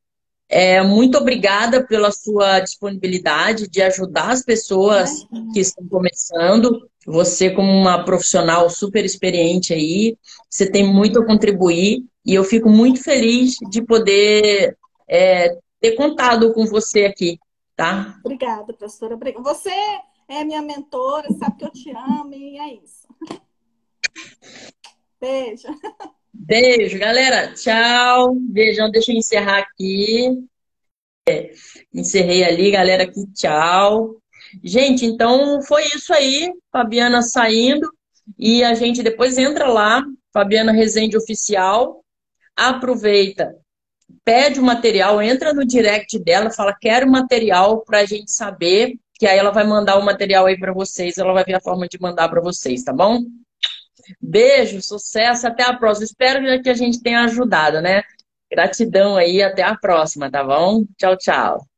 Muito obrigada pela sua disponibilidade de ajudar as pessoas que estão começando. Você, como uma profissional super experiente aí, você tem muito a contribuir e eu fico muito feliz de poder ter contado com você aqui, tá? Obrigada, professora. Você é minha mentora, sabe que eu te amo e é isso. Beijo. Beijo, galera. Tchau. Beijão. Deixa eu encerrar aqui. Encerrei ali, galera, aqui. Tchau. Gente, então foi isso aí. Fabiana saindo. E a gente depois entra lá. Fabiana Rezende Oficial. Aproveita. Pede o material. Entra no direct dela. Fala, quero material pra gente saber. Que aí ela vai mandar o material aí pra vocês. Ela vai ver a forma de mandar pra vocês, tá bom? Beijo, sucesso, até a próxima. Espero que a gente tenha ajudado, né? Gratidão aí, até a próxima, tá bom? Tchau, tchau.